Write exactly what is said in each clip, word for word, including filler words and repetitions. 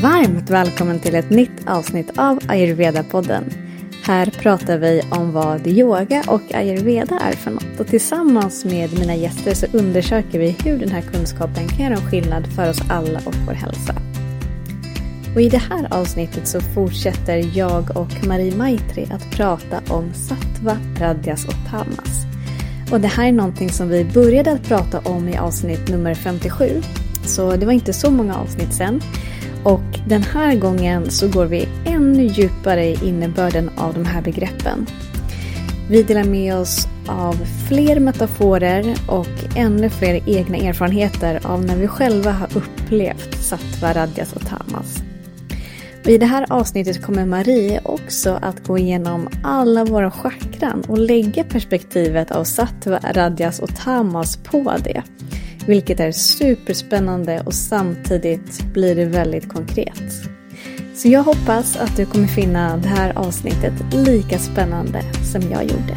Varmt välkommen till ett nytt avsnitt av Ayurveda-podden. Här pratar vi om vad yoga och ayurveda är för något. Och tillsammans med mina gäster så undersöker vi hur den här kunskapen kan göra en skillnad för oss alla och vår hälsa. Och i det här avsnittet så fortsätter jag och Marie Maitri att prata om sattva, rajas och tamas. Och det här är någonting som vi började att prata om i avsnitt nummer femtiosju. Så det var inte så många avsnitt sen. Och den här gången så går vi ännu djupare i innebörden av de här begreppen. Vi delar med oss av fler metaforer och ännu fler egna erfarenheter av när vi själva har upplevt sattva, rajas och tamas. Och i det här avsnittet kommer Marie också att gå igenom alla våra chakran och lägga perspektivet av sattva, rajas och tamas på det. Vilket är superspännande och samtidigt blir det väldigt konkret. Så jag hoppas att du kommer finna det här avsnittet lika spännande som jag gjorde.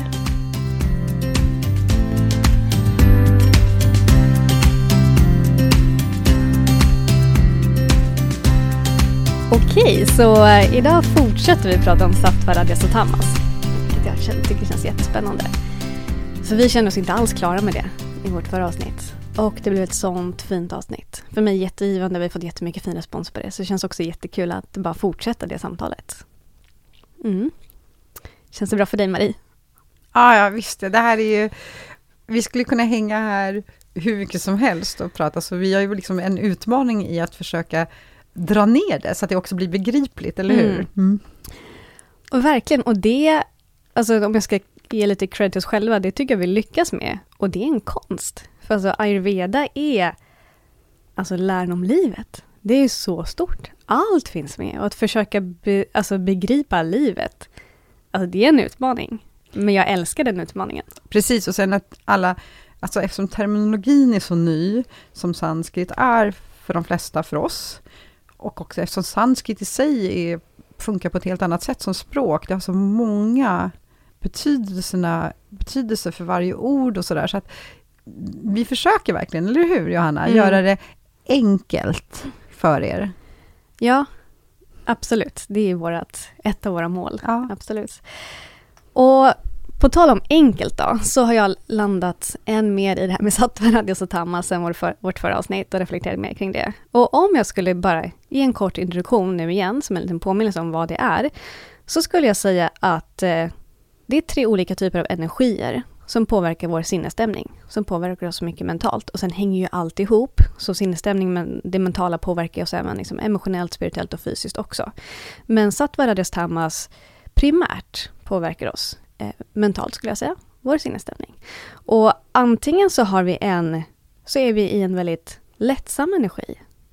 Okej, så idag fortsätter vi prata om sattva, rajas och tamas. Vilket jag känner, tycker känns jättespännande. För vi känner oss inte alls klara med det i vårt förra avsnitt. Och det blev ett sånt fint avsnitt. För mig jättegivande, vi har fått jättemycket fin respons på det. Så det känns också jättekul att bara fortsätta det samtalet. Mm. Känns det bra för dig, Marie? Ja, ja visst. Det här är ju... Vi skulle kunna hänga här hur mycket som helst och prata. Så vi har ju liksom en utmaning i att försöka dra ner det så att det också blir begripligt, eller hur? Mm. Mm. Och verkligen, och det... Alltså om jag ska ge lite cred till oss själva, det tycker jag vi lyckas med. Och det är en konst. För alltså ayurveda är alltså läran om livet. Det är så stort. Allt finns med. Och att försöka be, alltså begripa livet. Alltså det är en utmaning. Men jag älskar den utmaningen. Precis, och sen att alla, alltså eftersom terminologin är så ny som sanskrit är för de flesta för oss. Och också eftersom sanskrit i sig är, funkar på ett helt annat sätt som språk. Det har så många betydelserna, betydelser för varje ord och sådär. Så att vi försöker verkligen, eller hur Johanna? Mm. Göra det enkelt för er. Ja, absolut. Det är vårat, ett av våra mål. Ja. Absolut. Och på tal om enkelt då, så har jag landat än mer i det här med sattva, rajas och tamas sen vår för, vårt förra avsnitt och reflekterat mer kring det. Och om jag skulle bara ge en kort introduktion nu igen, som en liten påminnelse om vad det är, så skulle jag säga att eh, det är tre olika typer av energier som påverkar vår sinnesstämning, som påverkar oss så mycket mentalt. Och sen hänger ju allt ihop, så sinnesstämning, men det mentala påverkar oss även liksom emotionellt, spirituellt och fysiskt också. Men sattva, rajas, tamas primärt påverkar oss eh, mentalt, skulle jag säga, vår sinnesstämning. Och antingen så har vi en, så är vi i en väldigt lättsam energi.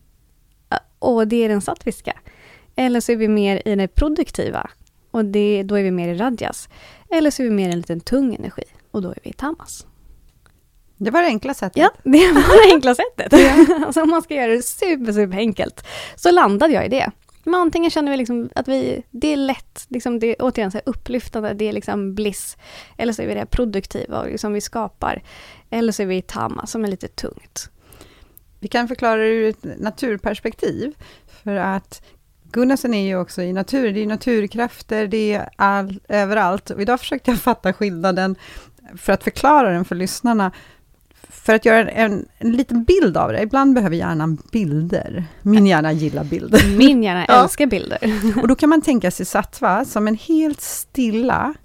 Och det är den sattviska. Eller så är vi mer i det produktiva. Och det, då är vi mer i rajas. Eller så är vi mer i en liten tung energi. Och då är vi i tamas. Det var det enkla sättet. Ja, det var det enkla sättet. Ja. Alltså om man ska göra det super, super enkelt. Så landade jag i det. Men antingen känner vi liksom att vi, det är lätt. Liksom det är återigen så här upplyftande. Det är liksom bliss. Eller så är vi det produktiva och liksom vi skapar. Eller så är vi i tamas som är lite tungt. Vi kan förklara det ur ett naturperspektiv. För att Gunnarsen är ju också i natur, det är naturkrafter, det är all, överallt. Och idag försökte jag fatta skillnaden för att förklara den för lyssnarna. För att göra en, en liten bild av det. Ibland behöver hjärnan bilder. Min hjärna gillar bilder. Min hjärna ja. älskar bilder. Och då kan man tänka sig sattva som en helt stilla,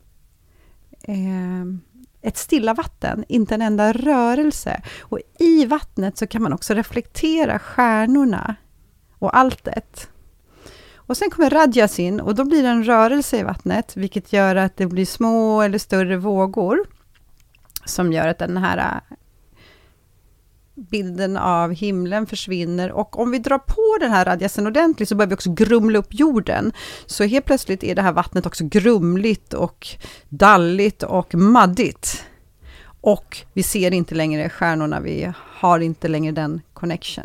eh, ett stilla vatten, inte en enda rörelse. Och i vattnet så kan man också reflektera stjärnorna och alltet. Och sen kommer rajas in och då blir det en rörelse i vattnet, vilket gör att det blir små eller större vågor som gör att den här bilden av himlen försvinner. Och om vi drar på den här rajasen ordentligt så börjar vi också grumla upp jorden. Så helt plötsligt är det här vattnet också grumligt och dalligt och maddigt. Och vi ser inte längre stjärnorna, vi har inte längre den connection.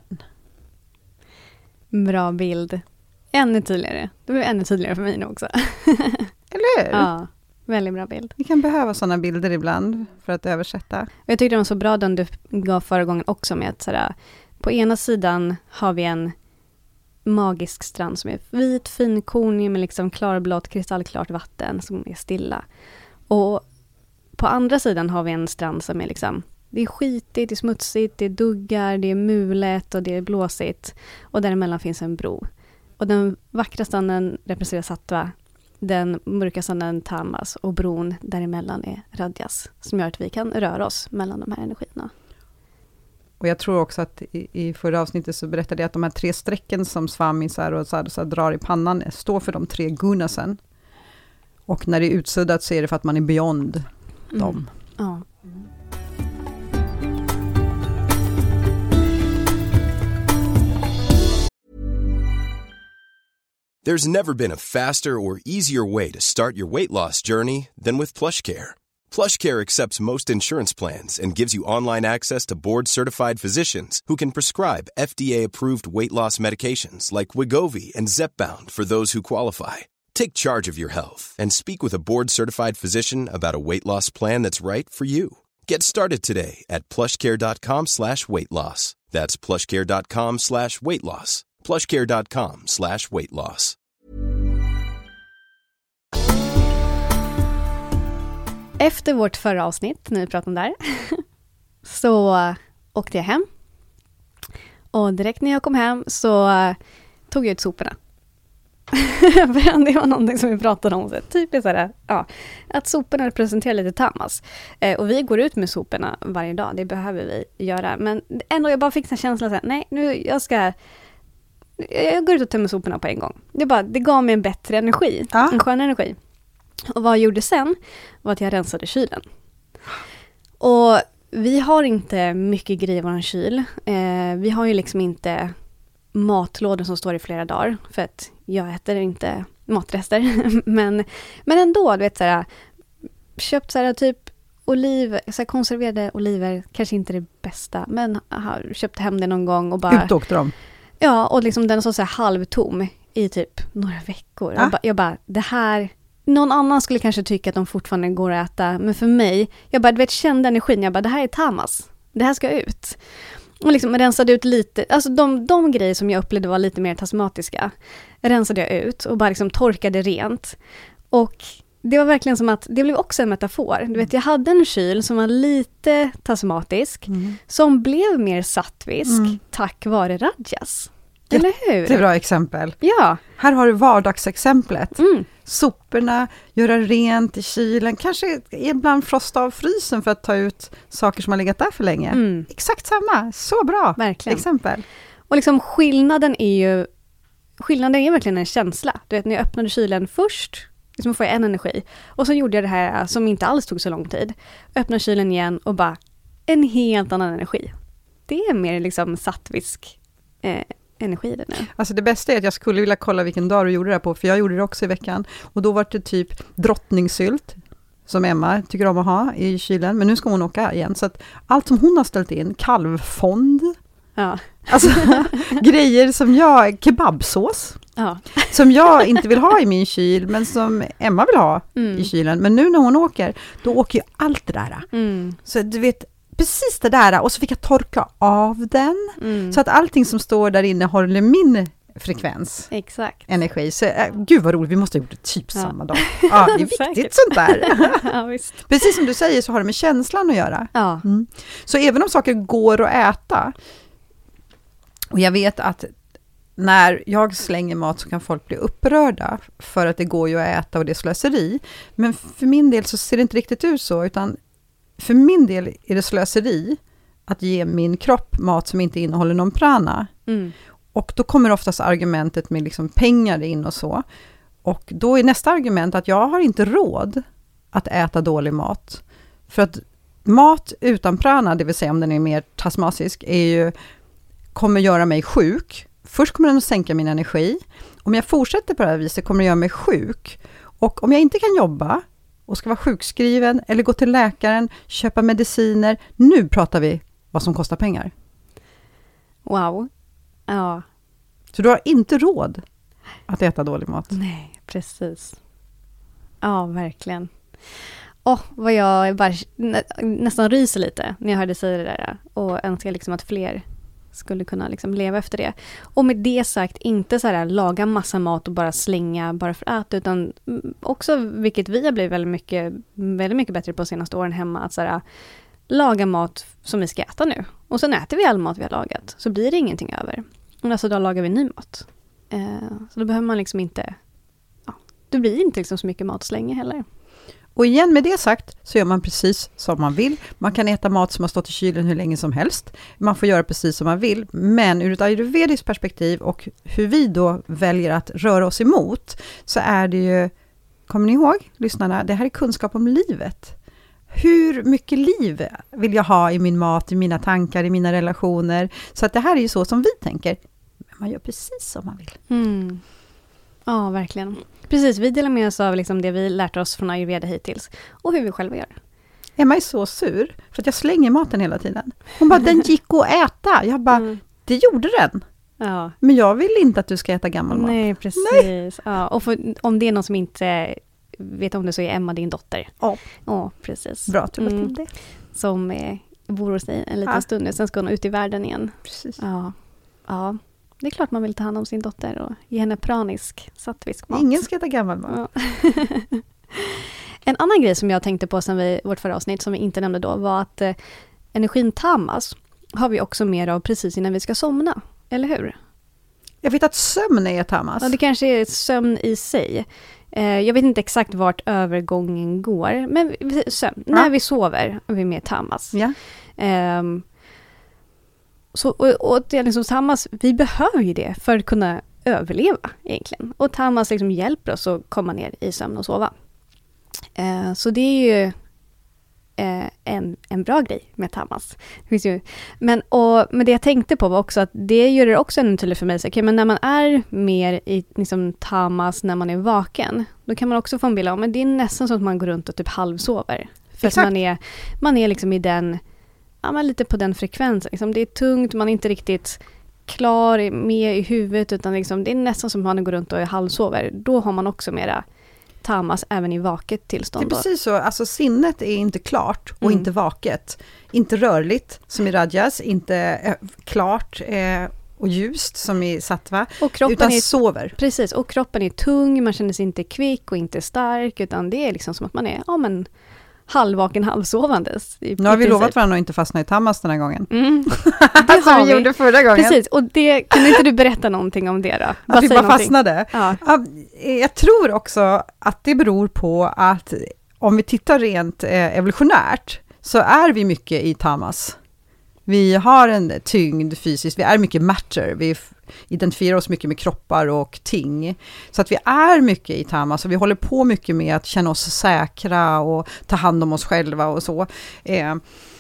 Bra bild. Ännu tydligare. Det blir ännu tydligare för mig nu också. Eller hur? Ja, väldigt bra bild. Vi kan behöva sådana bilder ibland för att översätta. Jag tyckte det var så bra den du gav förra gången också med att sådär, på ena sidan har vi en magisk strand som är vit, finkornig med liksom klarblått, kristallklart vatten som är stilla. Och på andra sidan har vi en strand som är liksom, det är skitigt, det är smutsigt, det är duggar, det är mulet och det är blåsigt. Och däremellan finns en bro. Och den vackra stranden representerar sattva, den mörka stranden tamas och bron däremellan är rajas. Som gör att vi kan röra oss mellan de här energierna. Och jag tror också att i, i förra avsnittet så berättade jag att de här tre strecken som svamisar och så här, så här, drar i pannan står för de tre gunasen. Och när det är utsuddat så är det för att man är beyond mm. dem. Ja. There's never been a faster or easier way to start your weight loss journey than with PlushCare. PlushCare accepts most insurance plans and gives you online access to board-certified physicians who can prescribe F D A-approved weight loss medications like Wegovy and Zepbound for those who qualify. Take charge of your health and speak with a board-certified physician about a weight loss plan that's right for you. Get started today at plushcare.com slash weight loss. That's plushcare.com slash weight loss. plushcare.com slash weight loss. Efter vårt förra avsnitt, när vi pratade om där, så åkte jag hem. Och direkt när jag kom hem så tog jag ut soporna. Det var någonting som vi pratade om. Så typ så här, ja, att soporna representerar lite tamas. Eh, och vi går ut med soporna varje dag. Det behöver vi göra. Men ändå jag bara fick en känsla så här, nej, nu jag ska... Jag går ut och tömmer soporna på en gång. Det, bara, det gav mig en bättre energi. Ah. En skön energi. Och vad jag gjorde sen var att jag rensade kylen. Och vi har inte mycket grejer i vår kyl. Eh, vi har ju liksom inte matlådor som står i flera dagar. För att jag äter inte matrester. men, men ändå, du vet såhär. Köpt såhär typ oliv, såhär konserverade oliver. Kanske inte det bästa. Men har köpt hem det någon gång och bara... Utåkte dem? Ja, och liksom den är så, så här halvtom i typ några veckor. Ah. Jag, ba, jag bara, det här... Någon annan skulle kanske tycka att de fortfarande går att äta. Men för mig, jag bara, du vet, kände energin. Jag bara, det här är tamas. Det här ska ut. Och liksom rensade ut lite. Alltså de, de grejer som jag upplevde var lite mer tasmatiska. Rensade jag ut och bara liksom torkade rent. Och det var verkligen som att, det blev också en metafor. Du vet, jag hade en kyl som var lite tasmatisk. Mm. Som blev mer sattvisk mm. tack vare rajas. Eller hur? Jättebra exempel. Ja. Här har du vardagsexemplet. Mm. Soporna, göra rent i kylen. Kanske ibland frosta av frysen för att ta ut saker som har legat där för länge. Mm. Exakt samma. Så bra. Verkligen. Exempel. Och liksom skillnaden är ju... Skillnaden är verkligen en känsla. Du vet, när jag öppnade kylen först... Liksom får jag en energi. Och så gjorde jag det här som inte alls tog så lång tid. Öppnade kylen igen och bara... En helt annan energi. Det är mer liksom sattvisk... Eh, energi det nu. Alltså det bästa är att jag skulle vilja kolla vilken dag du gjorde det på, för jag gjorde det också i veckan. Och då var det typ drottningsylt som Emma tycker om att ha i kylen, men nu ska hon åka igen. Så att allt som hon har ställt in, kalvfond, ja. Alltså grejer som jag, kebabsås, ja. som jag inte vill ha i min kyl, men som Emma vill ha mm. i kylen. Men nu när hon åker, då åker ju allt det där. Mm. Så du vet, precis det där, och så fick jag torka av den mm. så att allting som står där inne håller min frekvens. Exakt. Energi. Så äh, gud vad roligt, vi måste ha gjort det typ ja. samma dag. Ja, det är viktigt sånt där. Ja, visst. Precis som du säger så har det med känslan att göra. Ja. Mm. Så även om saker går att äta, och jag vet att när jag slänger mat så kan folk bli upprörda för att det går ju att äta och det är slöseri. Men för min del så ser det inte riktigt ut så, utan för min del är det slöseri att ge min kropp mat som inte innehåller någon prana. Mm. Och då kommer oftast argumentet med liksom pengar in och så. Och då är nästa argument att jag har inte råd att äta dålig mat. För att mat utan prana, det vill säga om den är mer tasmasisk, är ju, kommer göra mig sjuk. Först kommer den att sänka min energi. Om jag fortsätter på det här viset kommer den göra mig sjuk. Och om jag inte kan jobba och ska vara sjukskriven eller gå till läkaren, köpa mediciner. Nu pratar vi vad som kostar pengar. Wow. Ja. Så du har inte råd att äta dålig mat. Nej, precis. Ja, verkligen. Åh, oh, vad jag bara nä, nästan ryser lite när jag hörde säga det där. Och önskar liksom att fler skulle kunna liksom leva efter det. Och med det sagt, inte så här laga massa mat och bara slänga bara för att äta, utan också, vilket vi har blivit väldigt mycket, väldigt mycket bättre på de senaste åren hemma, att så här, laga mat som vi ska äta nu. Och sen äter vi all mat vi har lagat, så blir det ingenting över. Och nästa dag lagar vi ny mat. Eh, så då behöver man liksom inte, ja, det blir inte liksom så mycket mat slänga heller. Och igen med det sagt så gör man precis som man vill. Man kan äta mat som har stått i kylen hur länge som helst. Man får göra precis som man vill. Men ur ett ayurvediskt perspektiv och hur vi då väljer att röra oss emot, så är det ju, kommer ni ihåg lyssnarna, det här är kunskap om livet. Hur mycket liv vill jag ha i min mat, i mina tankar, i mina relationer. Så att det här är ju så som vi tänker. Men man gör precis som man vill. Mm. Ja, verkligen. Precis, vi delar med oss av liksom det vi lärt oss från ayurveda hittills. Och hur vi själva gör. Emma är så sur för att jag slänger maten hela tiden. Hon bara, den gick att äta. Jag bara, mm. det gjorde den. Ja. Men jag vill inte att du ska äta gammal mat. Nej, precis. Nej. Ja, och för, om det är någon som inte vet om det, så är Emma din dotter. Ja, ja precis. Bra att du mm. till det. Som eh, bor hos dig en liten ja. stund. Sen ska hon ut i världen igen. Precis. Ja. Ja. Det är klart man vill ta hand om sin dotter och ge henne pranisk, sattvisk mat. Ingen ska äta gammal mat. Ja. En annan grej som jag tänkte på sen vi, vårt förra avsnitt, som vi inte nämnde då, var att eh, energin tamas har vi också mer av precis innan vi ska somna. Eller hur? Jag vet att sömn är tamas. Ja, det kanske är sömn i sig. Eh, jag vet inte exakt vart övergången går. Men sömn, ja. När vi sover är vi mer tamas. Ja. Eh, Så, och, och det är liksom tamas, vi behöver ju det för att kunna överleva egentligen. Och tamas liksom hjälper oss att komma ner i sömn och sova. Eh, så det är ju eh, en, en bra grej med tamas. Ju, men, och, men det jag tänkte på var också att det gör det också en tydlig för mig. Så, okay, men när man är mer i liksom, tamas när man är vaken, då kan man också få en bild av, men det är nästan som att man går runt och typ halvsover. För att man är, man är liksom i den... Ja, men lite på den frekvensen. Liksom, det är tungt, man är inte riktigt klar med i huvudet, utan liksom, det är nästan som att man går runt och är halvsover. Då har man också mera tamas även i vaket tillstånd. Det är precis så. Alltså, sinnet är inte klart och mm. inte vaket. Inte rörligt som i rajas, inte äh, klart äh, och ljust som i sattva, och kroppen utan är, sover. Precis, och kroppen är tung, man känner sig inte kvick och inte stark, utan det är liksom som att man är, ja men... halvvaken, halvsovandes. I, nu har i vi lovat varandra att inte fastna i tamas den här gången. Mm. Det som vi, vi gjorde förra gången. Precis, och det, kan inte du berätta någonting om det då? Bara att vi bara någonting. Fastnade. Ja. Jag tror också att det beror på att om vi tittar rent evolutionärt så är vi mycket i tamas. Vi har en tyngd fysiskt, vi är mycket matter, vi identifierar oss mycket med kroppar och ting. Så att vi är mycket i tamas och vi håller på mycket med att känna oss säkra och ta hand om oss själva och så. Eh,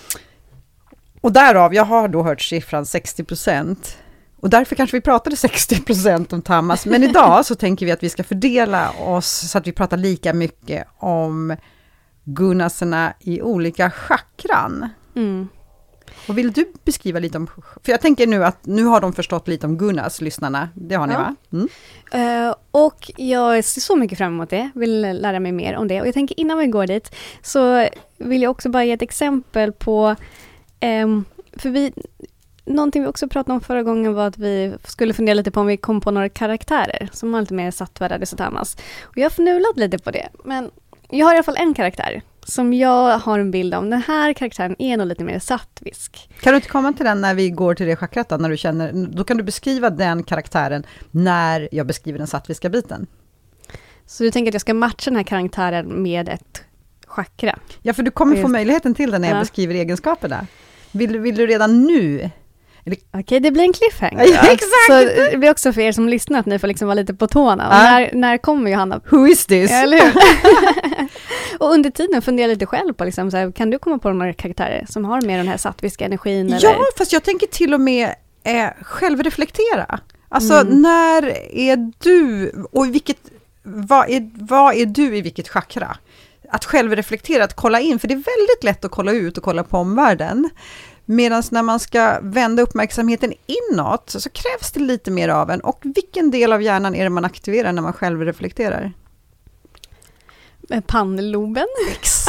och därav, jag har då hört siffran sextio procent. Och därför kanske vi pratade sextio procent om tamas. Men idag så tänker vi att vi ska fördela oss så att vi pratar lika mycket om gunasarna i olika chakran. Mm. Och vill du beskriva lite om... För jag tänker nu att nu har de förstått lite om gunas, lyssnarna. Det har ni, ja. Va? Mm. Uh, och jag ser så mycket fram emot det. Vill lära mig mer om det. Och jag tänker innan vi går dit så vill jag också bara ge ett exempel på... Um, för vi... Någonting vi också pratade om förra gången var att vi skulle fundera lite på om vi kom på några karaktärer som har lite mer sattva, radis och tamas. Och jag har förnulat lite på det. Men jag har i alla fall en karaktär som jag har en bild om. Den här karaktären är nog lite mer sattvisk. Kan du inte komma till den när vi går till det chakrat då, när du känner, då kan du beskriva den karaktären när jag beskriver den sattviska biten. Så du tänker att jag ska matcha den här karaktären med ett chakra? Ja, för du kommer få möjligheten till det när jag ja. beskriver egenskaperna. Vill, vill du redan nu? Okej, okay, det blir en cliffhanger. Ja, exakt. Så det blir också för er som lyssnar att ni får liksom vara lite på tårna. Ja. När, när kommer Johanna? Who is this? Eller hur? Och under tiden funderar jag lite själv på, liksom, så här, kan du komma på några karaktärer som har mer den här sattviska energin? Ja, eller? fast jag tänker till och med eh, självreflektera. Alltså, Mm. när är du, och i vilket, vad är, vad är du i vilket chakra? Att självreflektera, att kolla in, för det är väldigt lätt att kolla ut och kolla på omvärlden. Medan när man ska vända uppmärksamheten inåt så krävs det lite mer av en. Och vilken del av hjärnan är det man aktiverar när man själv reflekterar? Pannloben. Exakt.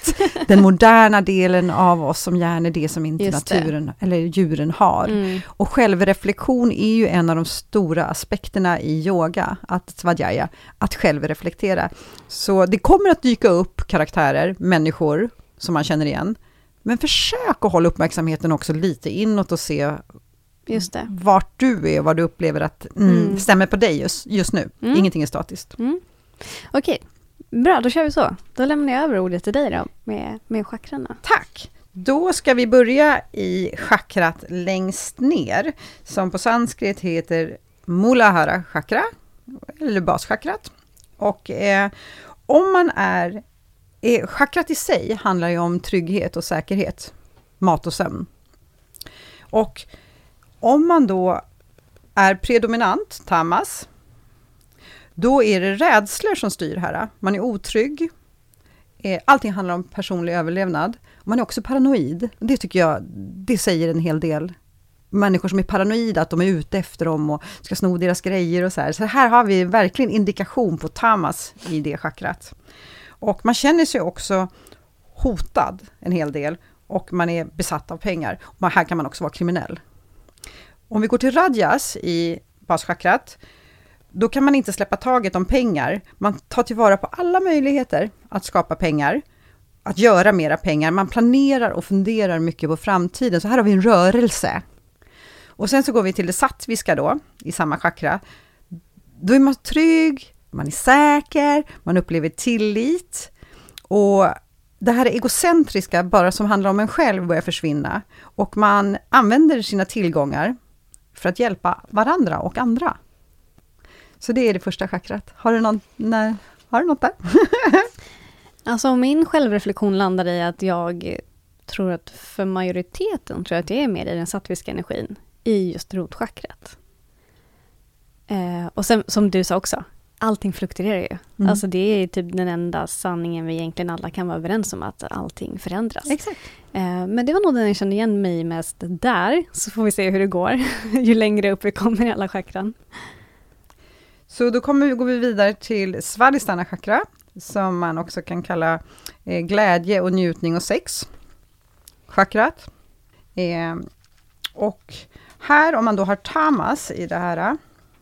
Exakt. Den moderna delen av oss som gärna är det som inte Just naturen det. eller djuren har. Mm. Och självreflektion är ju en av de stora aspekterna i yoga, att svadhyaya, att självreflektera. Så det kommer att dyka upp karaktärer, människor som man känner igen. Men försök att hålla uppmärksamheten också lite inåt och se Just det. vart du är, vad du upplever att mm, Mm. stämmer på dig just, just nu. Mm. Ingenting är statiskt. Mm. Okej, bra, då kör vi så. Då lämnar jag över ordet till dig då, med, med chakrarna. Tack! Då ska vi börja i chakrat längst ner, som på sanskrit heter Mulahara chakra, eller baschakrat. Och eh, om man är, eh, chakrat i sig handlar ju om trygghet och säkerhet, mat och sömn. Och om man då är predominant, tamas, då är det rädslor som styr här. Man är otrygg. Allting handlar om personlig överlevnad. Man är också paranoid. Det tycker jag, det säger en hel del. Människor som är paranoida, att de är ute efter dem och ska sno deras grejer och så här. Så här har vi verkligen indikation på tamas i det chakrat. Och man känner sig också hotad en hel del. Och man är besatt av pengar. Och här kan man också vara kriminell. Om vi går till rajas i baschakrat, då kan man inte släppa taget om pengar. Man tar tillvara på alla möjligheter att skapa pengar, att göra mera pengar. Man planerar och funderar mycket på framtiden. Så här har vi en rörelse. Och sen så går vi till det sattviska då, i samma chakra. Då är man trygg, man är säker, man upplever tillit. Och det här egocentriska, bara som handlar om en själv, börjar försvinna. Och man använder sina tillgångar för att hjälpa varandra och andra. Så det är det första chakrat. Har du, någon, nej, har du något där? Alltså min självreflektion landar i att jag tror att för majoriteten tror jag att det är mer i den sattviska energin i just rotchakrat. Eh, och sen, som du sa också, allting fluktuerar ju. Mm. Alltså det är typ den enda sanningen vi egentligen alla kan vara överens om, att allting förändras. Exakt. Eh, men det var nog den jag kände igen mig mest där. Så får vi se hur det går ju längre upp vi kommer i alla chakran. Så då kommer vi, går vi vidare till Svadhisthana chakra, som man också kan kalla eh, glädje och njutning och sex. Chakrat. Eh, och här, om man då har tamas i det här,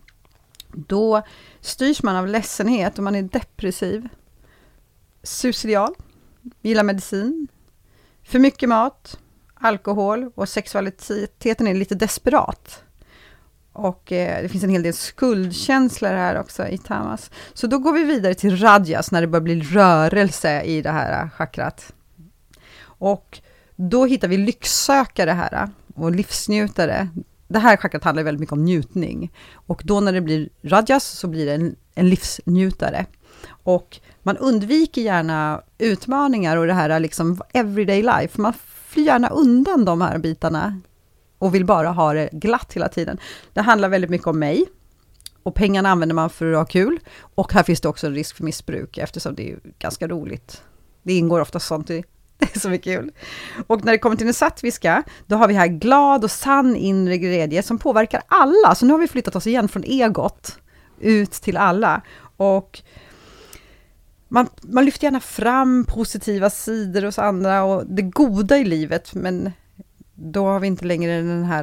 då styrs man av ledsenhet och man är depressiv, suicidal, gillar medicin, för mycket mat, alkohol, och sexualiteten är lite desperat. Och eh, det finns en hel del skuldkänslor här också i tamas. Så då går vi vidare till rajas, när det börjar bli rörelse i det här chakrat. Och då hittar vi lycksökare här och livsnjutare. Det här chakrat handlar väldigt mycket om njutning. Och då när det blir rajas så blir det en, en livsnjutare. Och man undviker gärna utmaningar och det här liksom everyday life. Man flyr gärna undan de här bitarna och vill bara ha det glatt hela tiden. Det handlar väldigt mycket om mig. Och pengarna använder man för att ha kul. Och här finns det också en risk för missbruk, eftersom det är ganska roligt. Det ingår ofta sånt i. Det är så mycket kul. Och när det kommer till den sattviska, då har vi här glad och sann inre glädje som påverkar alla. Så nu har vi flyttat oss igen från egot ut till alla. Och man, man lyfter gärna fram positiva sidor hos andra och det goda i livet. Men då har vi inte längre den här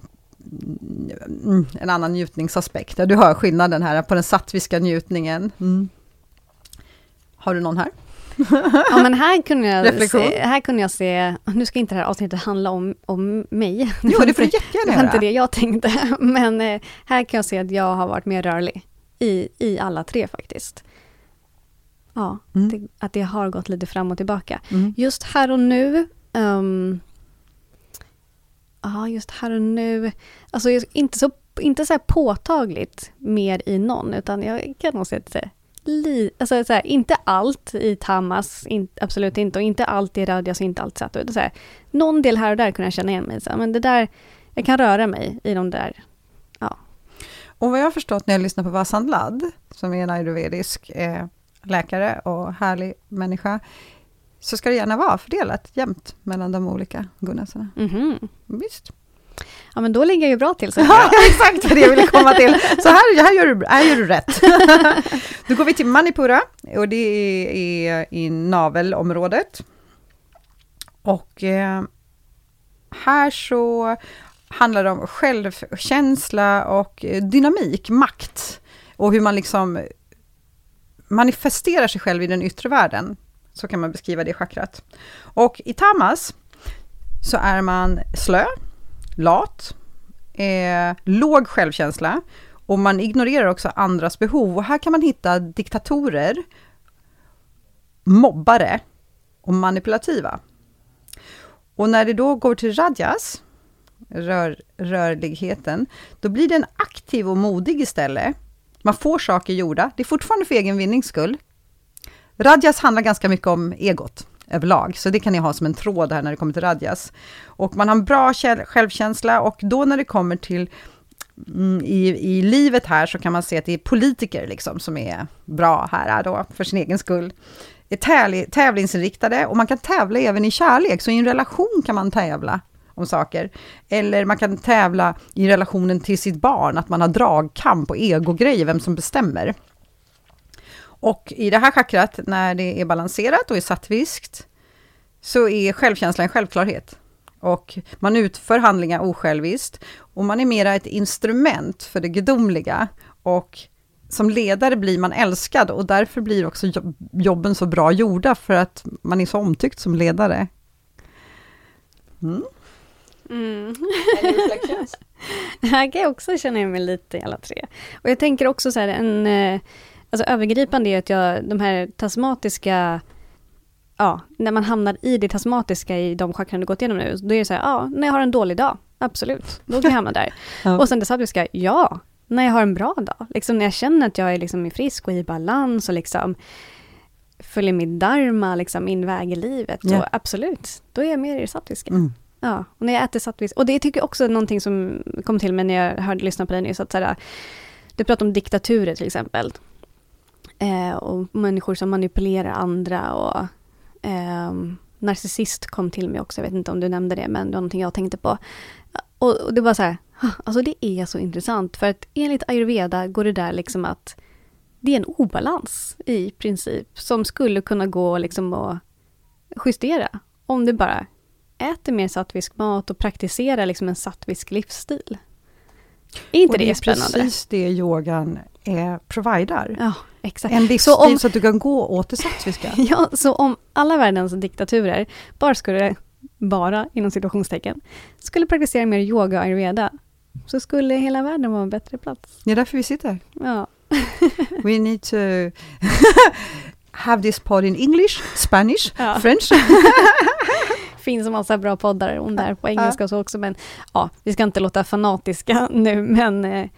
mm, en annan njutningsaspekt. Du hör skillnaden här på den sattviska njutningen. Mm. Har du någon här? Ja, men här kunde jag se, här kunde jag se, nu ska inte det här avsnittet handla om, om mig. Jo, det får du jättegärna göra. Det var inte det jag tänkte. Men eh, här kan jag se att jag har varit mer rörlig i, i alla tre faktiskt. Ja, mm. det, att det har gått lite fram och tillbaka. Mm. Just här och nu, um, ja just här och nu, alltså inte så, inte så här påtagligt mer i någon, utan jag kan nog se att Li, alltså så här, inte allt i tamas, in, absolut inte, och inte allt i rajas, inte allt satt. Så här, någon del här och där kunde jag känna igen mig. Så här, men det där, jag kan röra mig i de där, ja. Och vad jag har förstått när jag lyssnar på Vasant Lad, som är en ayurvedisk eh, läkare och härlig människa, så ska det gärna vara fördelat jämnt mellan de olika gunnasarna. Mm-hmm. Visst. Ja, men då ligger jag ju bra till. Så ja, exakt det jag ville komma till. Så här, här, gör, du, här gör du rätt. Då går vi till Manipura, och det är i navelområdet. Och eh, här så handlar det om självkänsla och dynamik, makt. Och hur man liksom manifesterar sig själv i den yttre världen. Så kan man beskriva det chakrat. Och i tamas så är man slö, lat, eh, låg självkänsla. Och man ignorerar också andras behov. Och här kan man hitta diktatorer, mobbare och manipulativa. Och när det då går till rajas, rör, rörligheten, då blir den aktiv och modig istället. Man får saker gjorda. Det är fortfarande för egen vinnings skull. Rajas handlar ganska mycket om egot överlag. Så det kan ni ha som en tråd här när det kommer till rajas. Och man har en bra självkänsla. Och då när det kommer till mm, i, i livet här så kan man se att det är politiker liksom, som är bra här då, för sin egen skull. Är täv- tävlingsinriktade. Och man kan tävla även i kärlek. Så i en relation kan man tävla om saker. Eller man kan tävla i relationen till sitt barn. Att man har dragkamp och egogrejer, vem som bestämmer. Och i det här chakrat, när det är balanserat och är sattviskt, så är självkänslan en självklarhet. Och man utför handlingar osjälviskt. Och man är mera ett instrument för det gudomliga. Och som ledare blir man älskad. Och därför blir också jobben så bra gjorda. För att man är så omtyckt som ledare. Mm. Mm. Här kan jag också känna mig lite i alla tre. Och jag tänker också så här, en, alltså övergripande är att jag, de här tasmatiska, ja, när man hamnar i det tasmatiska i de chakran du gått igenom nu, då är det så här, ja, när jag har en dålig dag, absolut, då kan jag hamna där. Ja. Och sen det sattviska, ja, när jag har en bra dag, liksom när jag känner att jag är liksom frisk och i balans och liksom följer min dharma liksom in väg i livet, ja. Så absolut, då är jag mer i det sattviska. Mm. Ja, och när jag äter sattvis. Och det tycker jag också är någonting som kom till mig när jag hörde lyssna på dig nyss. Att så här, du pratar om diktaturer till exempel. Eh, och människor som manipulerar andra. Och eh, narcissist kom till mig också. Jag vet inte om du nämnde det, men det var någonting jag tänkte på. Och, och det var så här, alltså det är så intressant. För att enligt ayurveda går det där liksom att det är en obalans i princip. Som skulle kunna gå liksom att justera. Om det bara äter mer sattvisk mat och praktiserar liksom en sattvisk livsstil. Är inte och det, det är spännande? Precis det yogan är providar. Ja, exakt. En livsstil så, om, så att du kan gå åt det sattviska. Ja, så om alla världens diktaturer bara skulle, bara inom situationstecken, skulle praktisera mer yoga och ayurveda, så skulle hela världen vara en bättre plats. Det är därför vi sitter. Ja. We need to have this pod in English, Spanish, ja. French. Finns en massa bra poddar om det här på engelska och så också, men ja, vi ska inte låta fanatiska nu, men eh,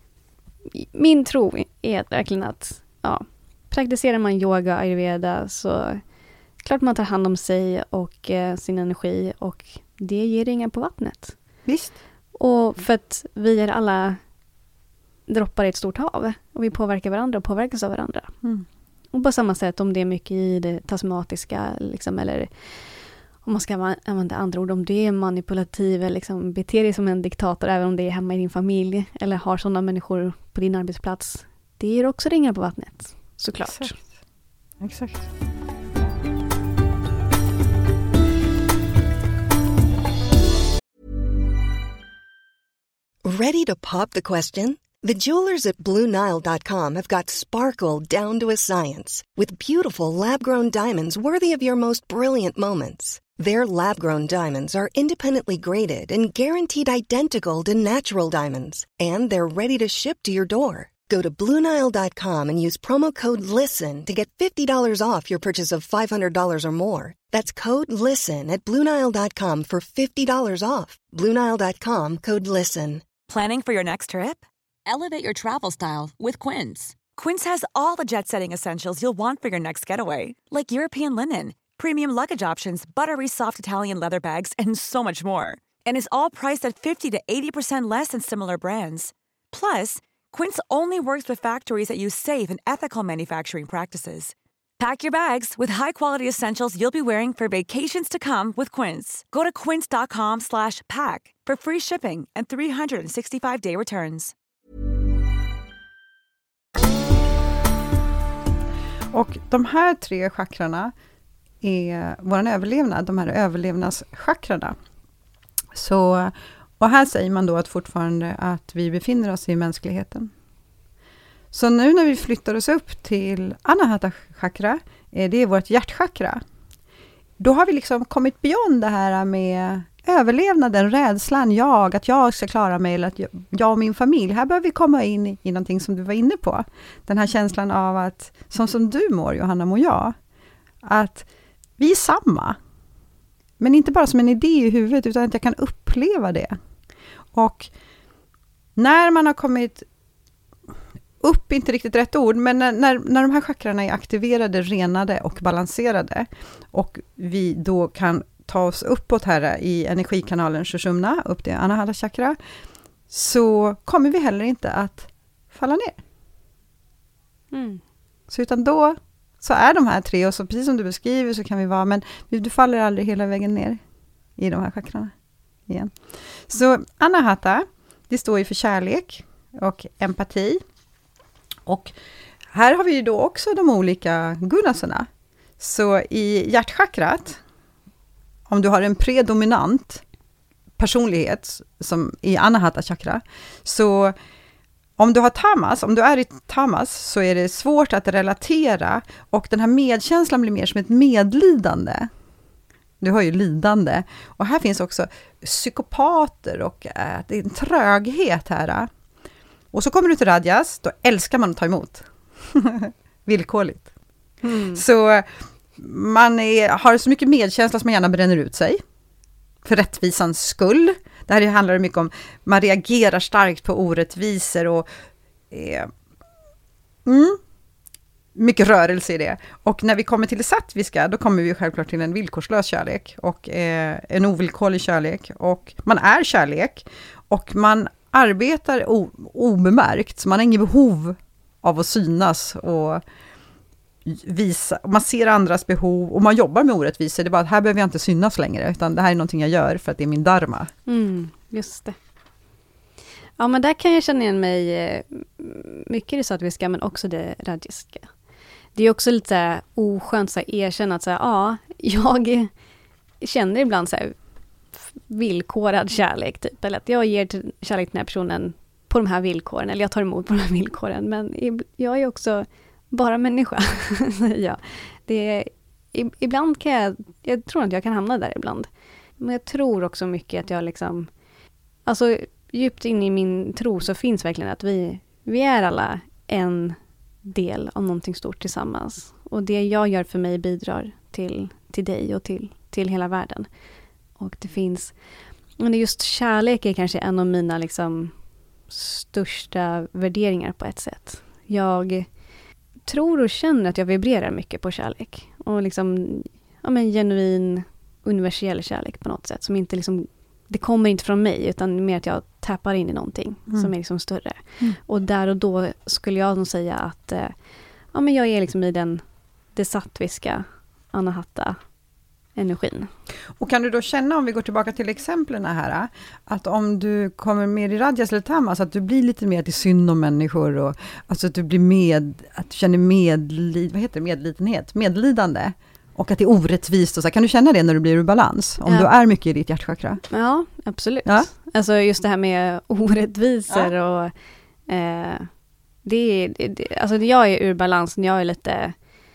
min tro är verkligen att ja, praktiserar man yoga och ayurveda så klart man tar hand om sig och eh, sin energi, och det ger ringar på vattnet. Visst. Och för att vi är alla droppar i ett stort hav och vi påverkar varandra och påverkas av varandra. Mm. Och på samma sätt om det är mycket i det tasmatiska liksom, eller om man ska använda andra ord, om det är manipulativ eller liksom beter dig som en diktator även om det är hemma i din familj eller har sådana människor på din arbetsplats. Det ger också ringar på vattnet, såklart. Exakt. Exakt. Ready to pop the question? The jewelers at Blue Nile dot com have got sparkle down to a science with beautiful lab-grown diamonds worthy of your most brilliant moments. Their lab-grown diamonds are independently graded and guaranteed identical to natural diamonds, and they're ready to ship to your door. Go to Blue Nile dot com and use promo code LISTEN to get fifty dollars off your purchase of five hundred dollars or more. That's code LISTEN at Blue Nile dot com for fifty dollars off. Blue Nile dot com, code LISTEN. Planning for your next trip? Elevate your travel style with Quince. Quince has all the jet-setting essentials you'll want for your next getaway, like European linen, premium luggage options, buttery soft Italian leather bags, and so much more. And is all priced at fifty to eighty percent less than similar brands. Plus, Quince only works with factories that use safe and ethical manufacturing practices. Pack your bags with high-quality essentials you'll be wearing for vacations to come with Quince. Go to quince dot com slash pack for free shipping and three sixty-five day returns. Och de här tre chakrarna är vår överlevnad, de här överlevnadschakrarna. Så, och här säger man då att fortfarande att vi befinner oss i mänskligheten. Så nu när vi flyttar oss upp till Anahata chakra, det är vårt hjärtchakra. Då har vi liksom kommit beyond det här med överlevnaden, rädslan, jag, att jag ska klara mig eller att jag och min familj. Här behöver vi komma in i, i någonting som du var inne på. Den här känslan av att, som, som du mår, Johanna, mår jag. Att vi är samma. Men inte bara som en idé i huvudet, utan att jag kan uppleva det. Och när man har kommit upp, inte riktigt rätt ord, men när, när, när de här chakrarna är aktiverade, renade och balanserade och vi då kan ta oss uppåt här i energikanalen Sushumna, upp till Anahata chakra, så kommer vi heller inte att falla ner. Mm. Så utan då så är de här tre, och så precis som du beskriver så kan vi vara, men du faller aldrig hela vägen ner i de här chakrarna igen. Så Anahata, det står ju för kärlek och empati. Och här har vi ju då också de olika gunasarna. Så i hjärtchakrat, om du har en predominant personlighet som i Anahata chakra, så om du har tamas, om du är i tamas, så är det svårt att relatera, och den här medkänslan blir mer som ett medlidande. Du har ju lidande. Och här finns också psykopater och äh, det är en tröghet här. Och så kommer du till Rajas, då älskar man att ta emot. Villkorligt. Mm. Så man är, har så mycket medkänsla som man gärna bränner ut sig. För rättvisans skull. Det här handlar mycket om, man reagerar starkt på orättvisor och eh, mm, mycket rörelse i det. Och när vi kommer till det sattviska, då kommer vi självklart till en villkorslös kärlek och eh, en ovillkorlig kärlek. Och man är kärlek och man arbetar o- obemärkt, så man har inget behov av att synas och visa, man ser andras behov och man jobbar med orättvisor. Det är bara att här behöver jag inte synas längre, utan det här är någonting jag gör för att det är min dharma. Mm, just det. Ja, men där kan jag känna igen mig mycket i det sattviska, men också det rajiska. Det är också lite oskönt att erkänna att så här, ja, jag känner ibland så här villkorad kärlek typ, eller att jag ger till kärlek till den här personen på de här villkoren, eller jag tar emot på de här villkoren, men jag är också bara människa. Ja, det är, ibland kan jag, jag tror att jag kan hamna där ibland, men jag tror också mycket att jag liksom, alltså djupt in i min tro så finns verkligen att vi, vi är alla en del av någonting stort tillsammans, och det jag gör för mig bidrar till, till dig och till, till hela världen. Och det finns, men just kärlek är kanske en av mina liksom största värderingar på ett sätt. Jag tror och känner att jag vibrerar mycket på kärlek. Och liksom, ja men genuin, universell kärlek på något sätt. Som inte liksom, det kommer inte från mig, utan mer att jag tappar in i någonting mm. som är liksom större. Mm. Och där och då skulle jag nog säga att eh, ja men jag är liksom i den, det sattviska Anahata energin. Och kan du då känna, om vi går tillbaka till exemplen här, att om du kommer mer i Rajas eller Tamas, att du blir lite mer till synd om människor, och alltså att du blir med, att du känner medlid, vad heter det, medlidenhet, medlidande, och att det är orättvist och så. Kan du känna det när du blir ur balans? Om ja. du är mycket i ditt hjärtchakra? Ja, absolut. Ja? Alltså just det här med orättvisor ja. och eh, det är, det, alltså jag är ur balans, jag är lite,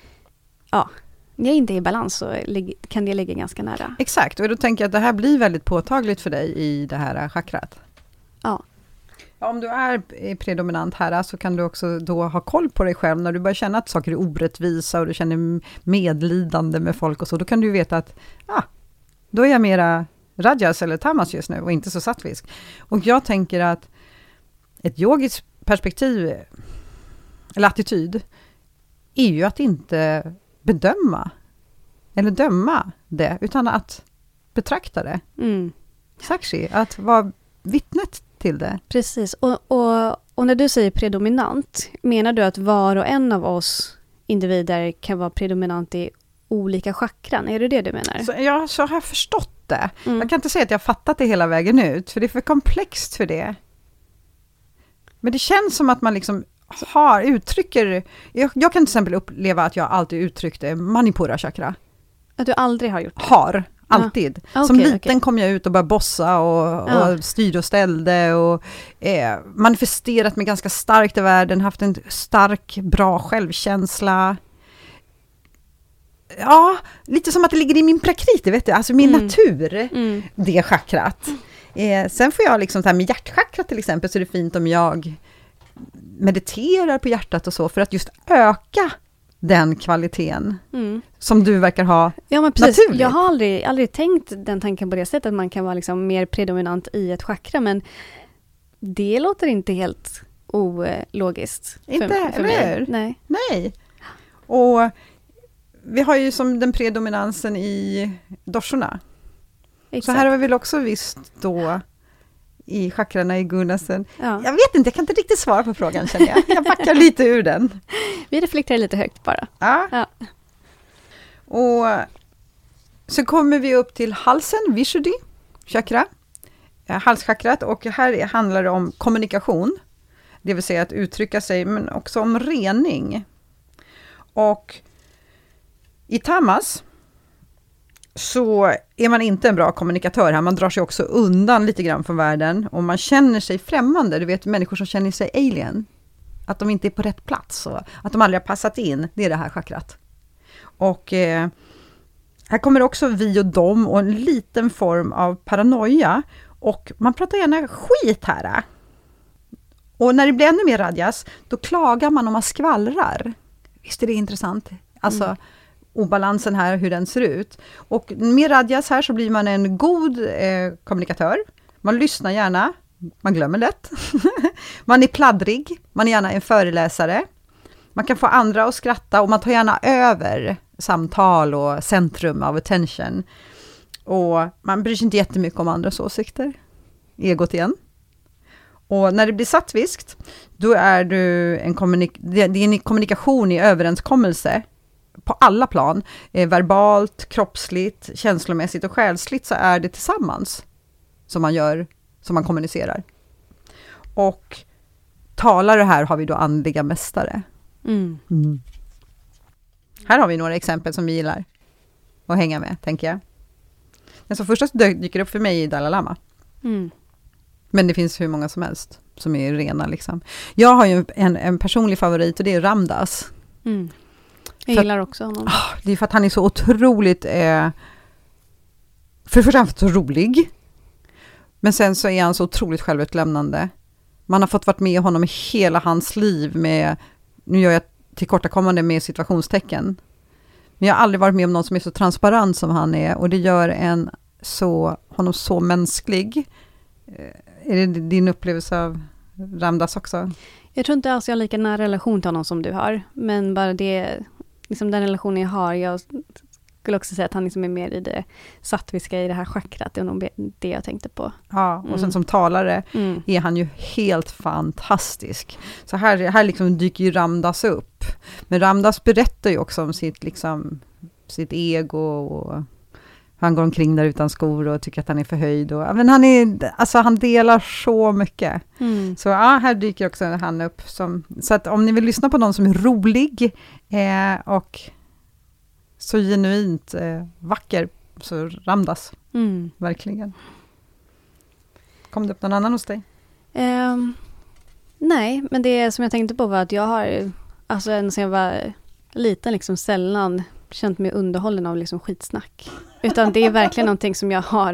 ja, när jag inte är i balans så kan det ligga ganska nära. Exakt, och då tänker jag att det här blir väldigt påtagligt för dig i det här chakrat. Ja. Om du är predominant här så kan du också då ha koll på dig själv när du börjar känna att saker är orättvisa och du känner medlidande med folk och så. Då kan du veta att ah, då är jag mera Rajas eller Tamas just nu och inte så sattvisk. Och jag tänker att ett yogiskt perspektiv eller attityd är ju att inte bedöma eller döma det, utan att betrakta det. Mm. Sakshi, att vara vittnet till det. Precis, och, och, och när du säger predominant, menar du att var och en av oss individer kan vara predominant i olika chakran? Är det det du menar? Så, ja, så har jag förstått det. Mm. Jag kan inte säga att jag har fattat det hela vägen ut, för det är för komplext för det. Men det känns som att man liksom har, uttrycker, jag, jag kan till exempel uppleva att jag alltid uttryckte Manipura chakra. Att du aldrig har gjort det? Har, alltid. Ja. Som Okay, liten okay. kom jag ut och började bossa och, Ja. och styrde och ställde och eh, manifesterat mig ganska starkt i världen, haft en stark, bra självkänsla. Ja, lite som att det ligger i min prakriti, vet du, alltså min Mm. natur, Mm. det chakrat. Eh, sen får jag liksom, så här med hjärtchakrat till exempel, så är det fint om jag mediterar på hjärtat och så, för att just öka den kvaliteten Mm. som du verkar ha. Ja, men precis. Naturligt. Jag har aldrig, aldrig tänkt den tanken på det sättet, att man kan vara liksom mer predominant i ett chakra, men det låter inte helt ologiskt. Inte, för, för eller mig. hur? Nej. Nej. Och vi har ju som den predominansen i dorsorna. Exakt. Så här har vi väl också visst då i chakrarna i Gunnasen. Ja. Jag vet inte, jag kan inte riktigt svara på frågan, känner jag. Jag backar lite ur den. Vi reflekterar lite högt bara. Ja. Ja. Och så kommer vi upp till halsen, Vishuddhi chakra. Eh, Halschakrat, och här handlar det om kommunikation. Det vill säga att uttrycka sig, men också om rening. Och i tamas så är man inte en bra kommunikatör här. Man drar sig också undan lite grann från världen. Och man känner sig främmande. Du vet, människor som känner sig alien. Att de inte är på rätt plats. Och att de aldrig har passat in. Det är det här chakrat. Och eh, här kommer också vi och dem och en liten form av paranoia. Och man pratar gärna skit här. Och när det blir ännu mer radjas, då klagar man om man skvallrar. Visst är det intressant? Alltså mm. obalansen här, hur den ser ut. Och med radjas här så blir man en god eh, kommunikatör. Man lyssnar gärna, man glömmer lätt. Man är pladdrig, man är gärna en föreläsare. Man kan få andra att skratta och man tar gärna över samtal och centrum av attention. Och man bryr sig inte jättemycket om andras åsikter. Egot igen. Och när det blir sattviskt, då är du en kommunik- det är en kommunikation i överenskommelse på alla plan. Eh, verbalt, kroppsligt, känslomässigt och själsligt så är det tillsammans som man gör, som man kommunicerar. Och talare här har vi då andliga mästare. Mm. Mm. Här har vi några exempel som vi gillar att hänga med, tänker jag. Den som först dyker upp för mig är Dalai Lama. Mm. Men det finns hur många som helst som är rena liksom. Jag har ju en, en personlig favorit och det är Ram Dass. Mm. Jag För gillar också honom. Att, det är för att han är så otroligt... Eh, för det första är han så rolig. Men sen så är han så otroligt självutlämnande. Man har fått varit med honom i hela hans liv med... Nu gör jag tillkortakommande med situationstecken. Men jag har aldrig varit med om någon som är så transparent som han är. Och det gör en så, honom så mänsklig. Är det din upplevelse av Ram Dass också? Jag tror inte alls jag har lika nära relation till honom som du har. Men bara det, liksom den relationen jag har, jag skulle också säga att han liksom är mer i det sattviska i det här chakrat. Det är nog det jag tänkte på. Ja, och sen Mm. som talare Mm. är han ju helt fantastisk. Så här, här liksom dyker ju Ram Dass upp. Men Ram Dass berättar ju också om sitt, liksom, sitt ego och han går omkring där utan skor och tycker att han är förhöjd. Och, men han, är, alltså, han delar så mycket. Mm. Så ja, här dyker också han upp. Som, så att om ni vill lyssna på någon som är rolig eh, och så genuint eh, vacker, så Ram Dass, Mm. verkligen. Kom det upp någon annan hos dig? Um, nej, men det som jag tänkte på var att jag har, alltså ända sedan jag var liten, liksom sällan känt mig underhållen av liksom skitsnack. Utan det är verkligen någonting som jag har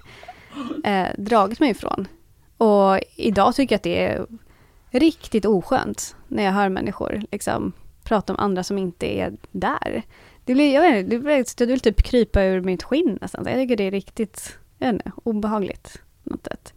eh, dragit mig ifrån. Och idag tycker jag att det är riktigt oskönt när jag hör människor liksom prata om andra som inte är där. Det blir, jag vet inte, det blir, jag vill typ krypa ur mitt skinn nästan. Jag tycker det är riktigt, jag vet inte, obehagligt på något sätt.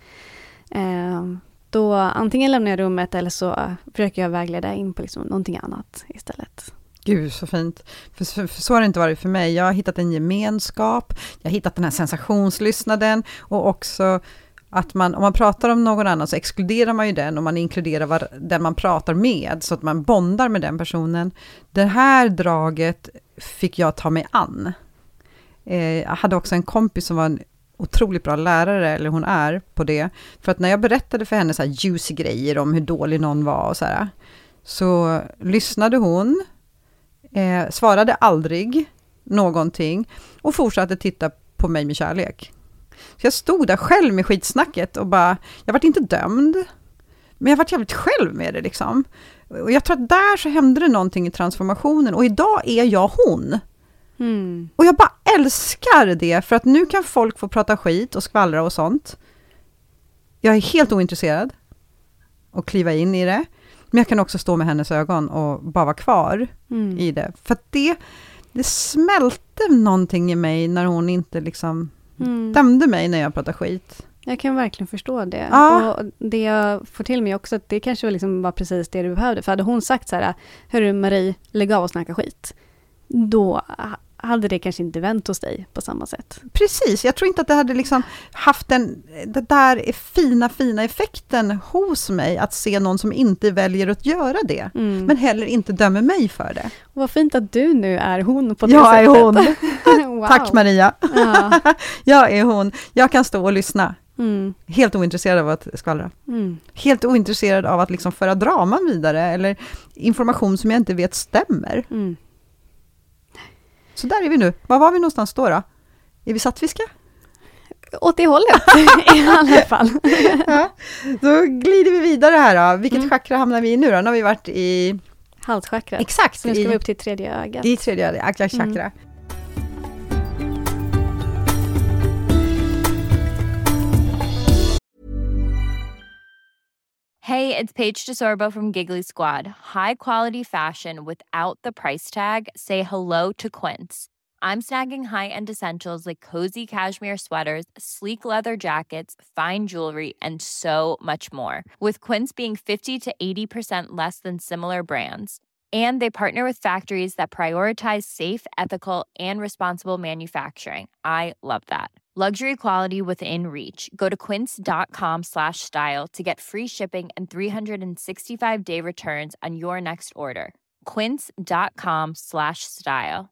Eh, då antingen lämnar jag rummet eller så försöker jag vägleda in på liksom någonting annat istället. Gud, så fint. För, för, för så har det inte varit för mig. Jag har hittat en gemenskap, jag har hittat den här sensationslyssnaden och också att man, om man pratar om någon annan så exkluderar man ju den och man inkluderar var, den man pratar med så att man bondar med den personen. Det här draget fick jag ta mig an. Eh, jag hade också en kompis som var en otroligt bra lärare, eller hon är på det. För att när jag berättade för henne så här juicy grejer om hur dålig någon var och så här, så lyssnade hon, eh, svarade aldrig, någonting och fortsatte titta på mig med kärlek. Så jag stod där själv med skitsnacket och bara, jag var inte dömd, men jag var jävligt själv med det liksom. Och jag tror att där så hände det någonting i transformationen, och idag är jag hon. Mm. Och jag bara älskar det, för att nu kan folk få prata skit och skvallra och sånt. Jag är helt ointresserad och kliva in i det. Men jag kan också stå med hennes ögon och bara vara kvar mm. i det. För att det, det smälte någonting i mig när hon inte liksom mm. dömde mig när jag pratar skit. Jag kan verkligen förstå det. Ja. Och det jag får till mig också, att det kanske liksom var precis det du behövde. För hade hon sagt så här, hörru Marie, lägg av och snacka skit. Då hade det kanske inte vänt hos dig på samma sätt. Precis, jag tror inte att det hade liksom haft den det där fina, fina effekten hos mig att se någon som inte väljer att göra det. Mm. Men heller inte dömer mig för det. Och vad fint att du nu är hon på det jag sättet. Jag är hon. Wow. Tack Maria. Ja. Jag är hon. Jag kan stå och lyssna. Mm. Helt ointresserad av att skvallra. Mm. Helt ointresserad av att liksom föra draman vidare eller information som jag inte vet stämmer. Mm. Så där är vi nu. Var var vi någonstans då då? Är vi sattviska? Åt det hållet i alla fall. Ja, då glider vi vidare här då. Vilket mm. chakra hamnar vi i nu då? Nu har vi varit i... halschakrat. Exakt. Så nu ska vi upp till tredje ögat. I tredje ögat, chakra. Mm. Hey, it's Paige DeSorbo from Giggly Squad. High quality fashion without the price tag. Say hello to Quince. I'm snagging high-end essentials like cozy cashmere sweaters, sleek leather jackets, fine jewelry, and so much more. With Quince being fifty to eighty percent less than similar brands. And they partner with factories that prioritize safe, ethical, and responsible manufacturing. I love that. Luxury quality within reach. Go to quince.com slash style to get free shipping and three sixty-five day returns on your next order. Quince.com slash style.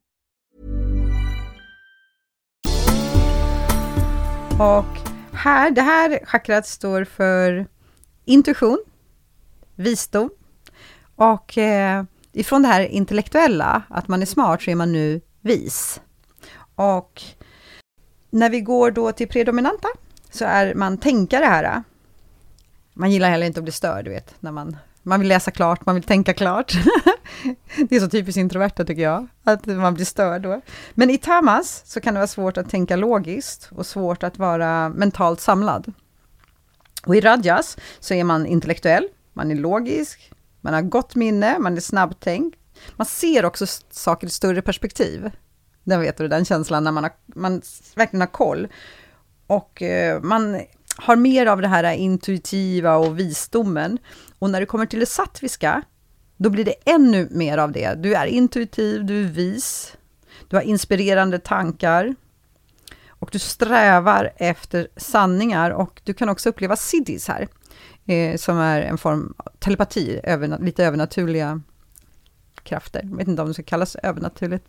Och här, det här chakrat står för intuition, visdom och eh, ifrån det här intellektuella, att man är smart, så är man nu vis. Och när vi går då till predominanta så är man tänkare här. Man gillar heller inte att bli störd, du vet, när man, man vill läsa klart, man vill tänka klart. Det är så typiskt introverta tycker jag, att man blir störd då. Men i tamas så kan det vara svårt att tänka logiskt och svårt att vara mentalt samlad. Och i rajas så är man intellektuell, man är logisk, man har gott minne, man är snabbtänkt. Man ser också saker i större perspektiv. Den vet du, den känslan när man, har, man verkligen har koll. Och eh, man har mer av det här intuitiva och visdomen. Och när det kommer till det sattviska, då blir det ännu mer av det. Du är intuitiv, du är vis, du har inspirerande tankar. Och du strävar efter sanningar. Och du kan också uppleva siddhis här. Eh, som är en form av telepati, över, lite övernaturliga krafter. Jag vet inte om det ska kallas övernaturligt.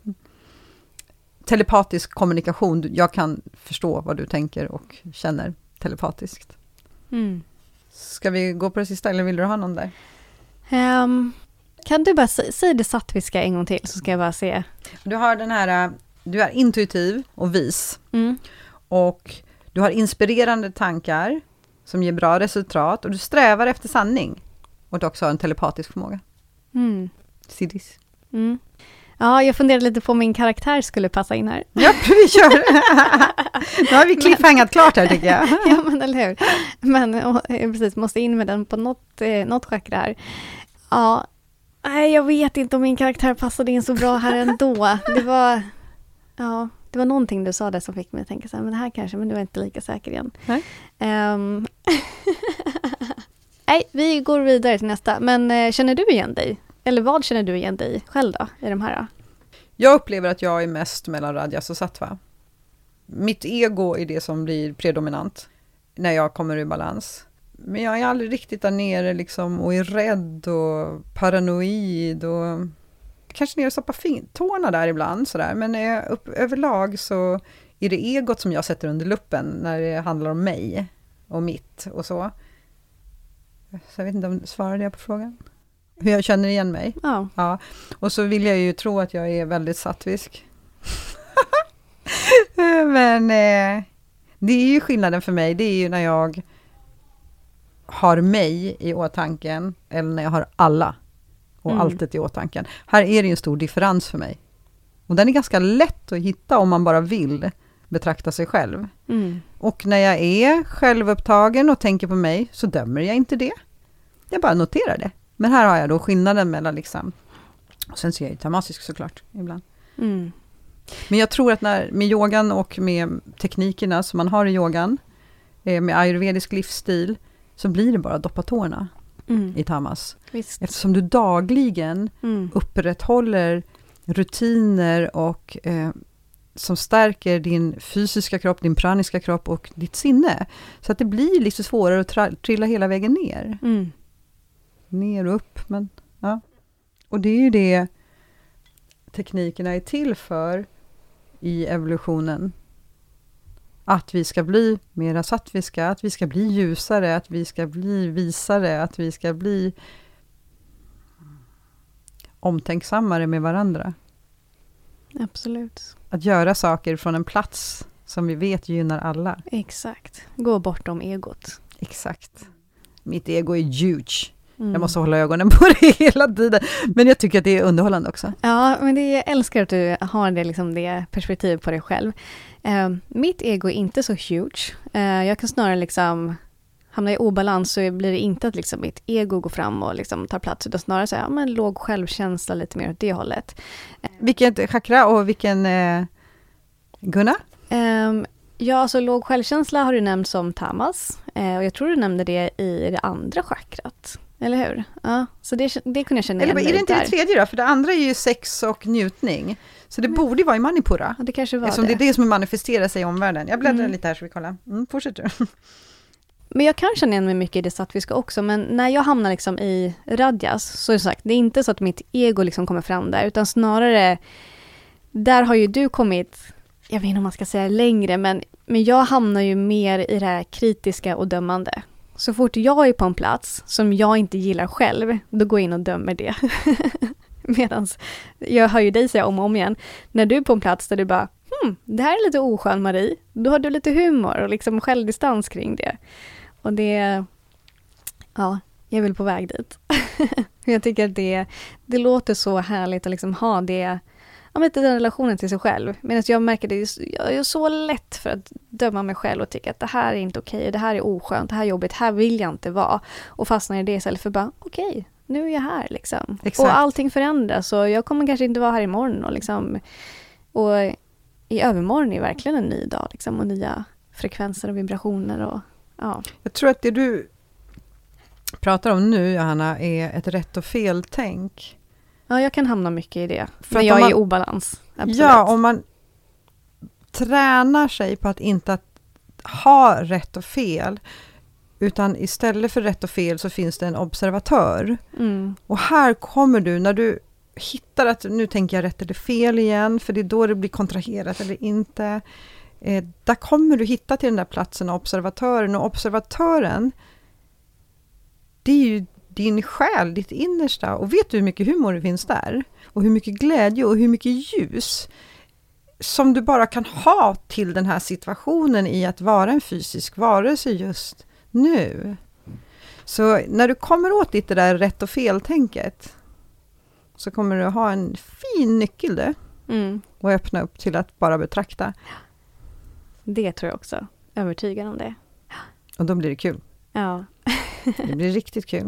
Telepatisk kommunikation. Jag kan förstå vad du tänker och känner telepatiskt. Mm. Ska vi gå på det sista eller vill du ha någon där? Um, kan du bara säga säg det sattviska en gång till så ska jag bara se. Du har den här, du är intuitiv och vis. Mm. Och du har inspirerande tankar som ger bra resultat och du strävar efter sanning. Och du också har en telepatisk förmåga. Mm. Siddhis. Mm. Ja, jag funderade lite på om min karaktär skulle passa in här. Ja, vi kör. Nu har vi cliffhangat klart här tycker jag. Ja, men eller hur. Men jag precis måste in med den på något, eh, något chakra här. Ja, nej, jag vet inte om min karaktär passade in så bra här ändå. Det var, ja, det var någonting du sa där som fick mig att tänka så här, men det här kanske, men du är inte lika säker igen. Nej. Um, nej, vi går vidare till nästa. Men eh, känner du igen dig? Eller vad känner du igen dig själv då, i de här då? Jag upplever att jag är mest mellan rajas och sattva. Mitt ego är det som blir predominant när jag kommer ur balans. Men jag är aldrig riktigt där nere liksom och är rädd och paranoid och kanske ner och stoppar fin- tårna där ibland sådär. Men är upp, överlag så är det egot som jag sätter under luppen när det handlar om mig och mitt och så. Så jag vet inte om svarade jag på frågan. Hur jag känner igen mig. Ja. Ja. Och så vill jag ju tro att jag är väldigt sattvisk. Men eh, det är ju skillnaden för mig. Det är ju när jag har mig i åtanken eller när jag har alla och mm. alltid i åtanken. Här är det ju en stor differens för mig. Och den är ganska lätt att hitta om man bara vill betrakta sig själv. Mm. Och när jag är självupptagen och tänker på mig så dömer jag inte det. Jag bara noterar det. Men här har jag då skillnaden mellan liksom, och sen ser jag ju tamasisk såklart ibland. Mm. Men jag tror att när, med yogan och med teknikerna som man har i yogan, med ayurvedisk livsstil, så blir det bara doppa tårna mm. i tamas. Visst. Eftersom du dagligen mm. upprätthåller rutiner och eh, som stärker din fysiska kropp, din praniska kropp och ditt sinne. Så att det blir lite svårare att tra- trilla hela vägen ner. Mm. Ner och upp. Men, ja. Och det är ju det teknikerna är till för i evolutionen. Att vi ska bli mera sattviska, att vi ska bli ljusare, att vi ska bli visare, att vi ska bli omtänksammare med varandra. Absolut. Att göra saker från en plats som vi vet gynnar alla. Exakt. Gå bortom egot. Exakt. Mitt ego är huge. Mm. Jag måste hålla ögonen på det hela tiden. Men jag tycker att det är underhållande också. Ja, men det, jag älskar att du har det, liksom, det perspektiv på dig själv. Uh, mitt ego är inte så huge. Uh, jag kan snarare liksom hamna i obalans, så blir det inte att liksom mitt ego går fram och liksom tar plats, utan snarare så här, ja, men låg självkänsla lite mer åt det hållet. Uh, vilket chakra och vilken uh, Gunnar? Um, ja, alltså låg självkänsla har du nämnt som tamas. Uh, och jag tror du nämnde det i det andra chakrat. Eller hur? Ja, så det, det kunde jag känna igen. Eller är det inte där. Det tredje då? För det andra är ju sex och njutning. Så det mm. borde vara i Manipura. Ja, det kanske var eftersom det. det är det som manifesterar sig i omvärlden. Jag bläddrar mm. lite här så vi kollar. Mm, fortsätt du. Men jag kan känna igen mig mycket i det sattviska också. Men när jag hamnar liksom i radjas, så är det sagt, det är inte så att mitt ego liksom kommer fram där. Utan snarare, där har ju du kommit, jag vet inte om man ska säga längre, men, men jag hamnar ju mer i det här kritiska och dömande. Så fort jag är på en plats som jag inte gillar själv, då går jag in och dömer det. Medan jag hör ju dig säga om och om igen, när du är på en plats där du bara, hm, det här är lite oskön Marie, då har du lite humor och liksom självdistans kring det. Och det, ja, jag är väl på väg dit. Jag tycker att det, det låter så härligt att liksom ha det, ja, men den relationen till sig själv. Medan jag märker det, jag är så lätt för att döma mig själv och tycka att det här är inte okej, det här är oskönt, det här är jobbigt, här vill jag inte vara. Och fastnar i det istället för bara, okej, nu är jag här liksom. Exakt. Och allting förändras och jag kommer kanske inte vara här imorgon. Och, liksom, och i övermorgon är verkligen en ny dag liksom, och nya frekvenser och vibrationer. Och, ja. Jag tror att det du pratar om nu, Johanna, är ett rätt och fel-tänk. Ja, jag kan hamna mycket i det. För när jag man, är i obalans. Absolut. Ja, om man tränar sig på att inte att ha rätt och fel, utan istället för rätt och fel så finns det en observatör. Mm. Och här kommer du, när du hittar att nu tänker jag rätt eller fel igen, för det är då det blir kontraherat eller inte. Eh, där kommer du hitta till den där platsen, observatören. Och observatören, det är ju din själ, ditt innersta. Och vet du hur mycket humor det finns där? Och hur mycket glädje och hur mycket ljus som du bara kan ha till den här situationen i att vara en fysisk varelse just nu. Så när du kommer åt ditt det där rätt och fel-tänket, så kommer du ha en fin nyckel där. Mm. Och öppna upp till att bara betrakta. Det tror jag också. Övertygad om det. Och då blir det kul. Ja. Det blir riktigt kul.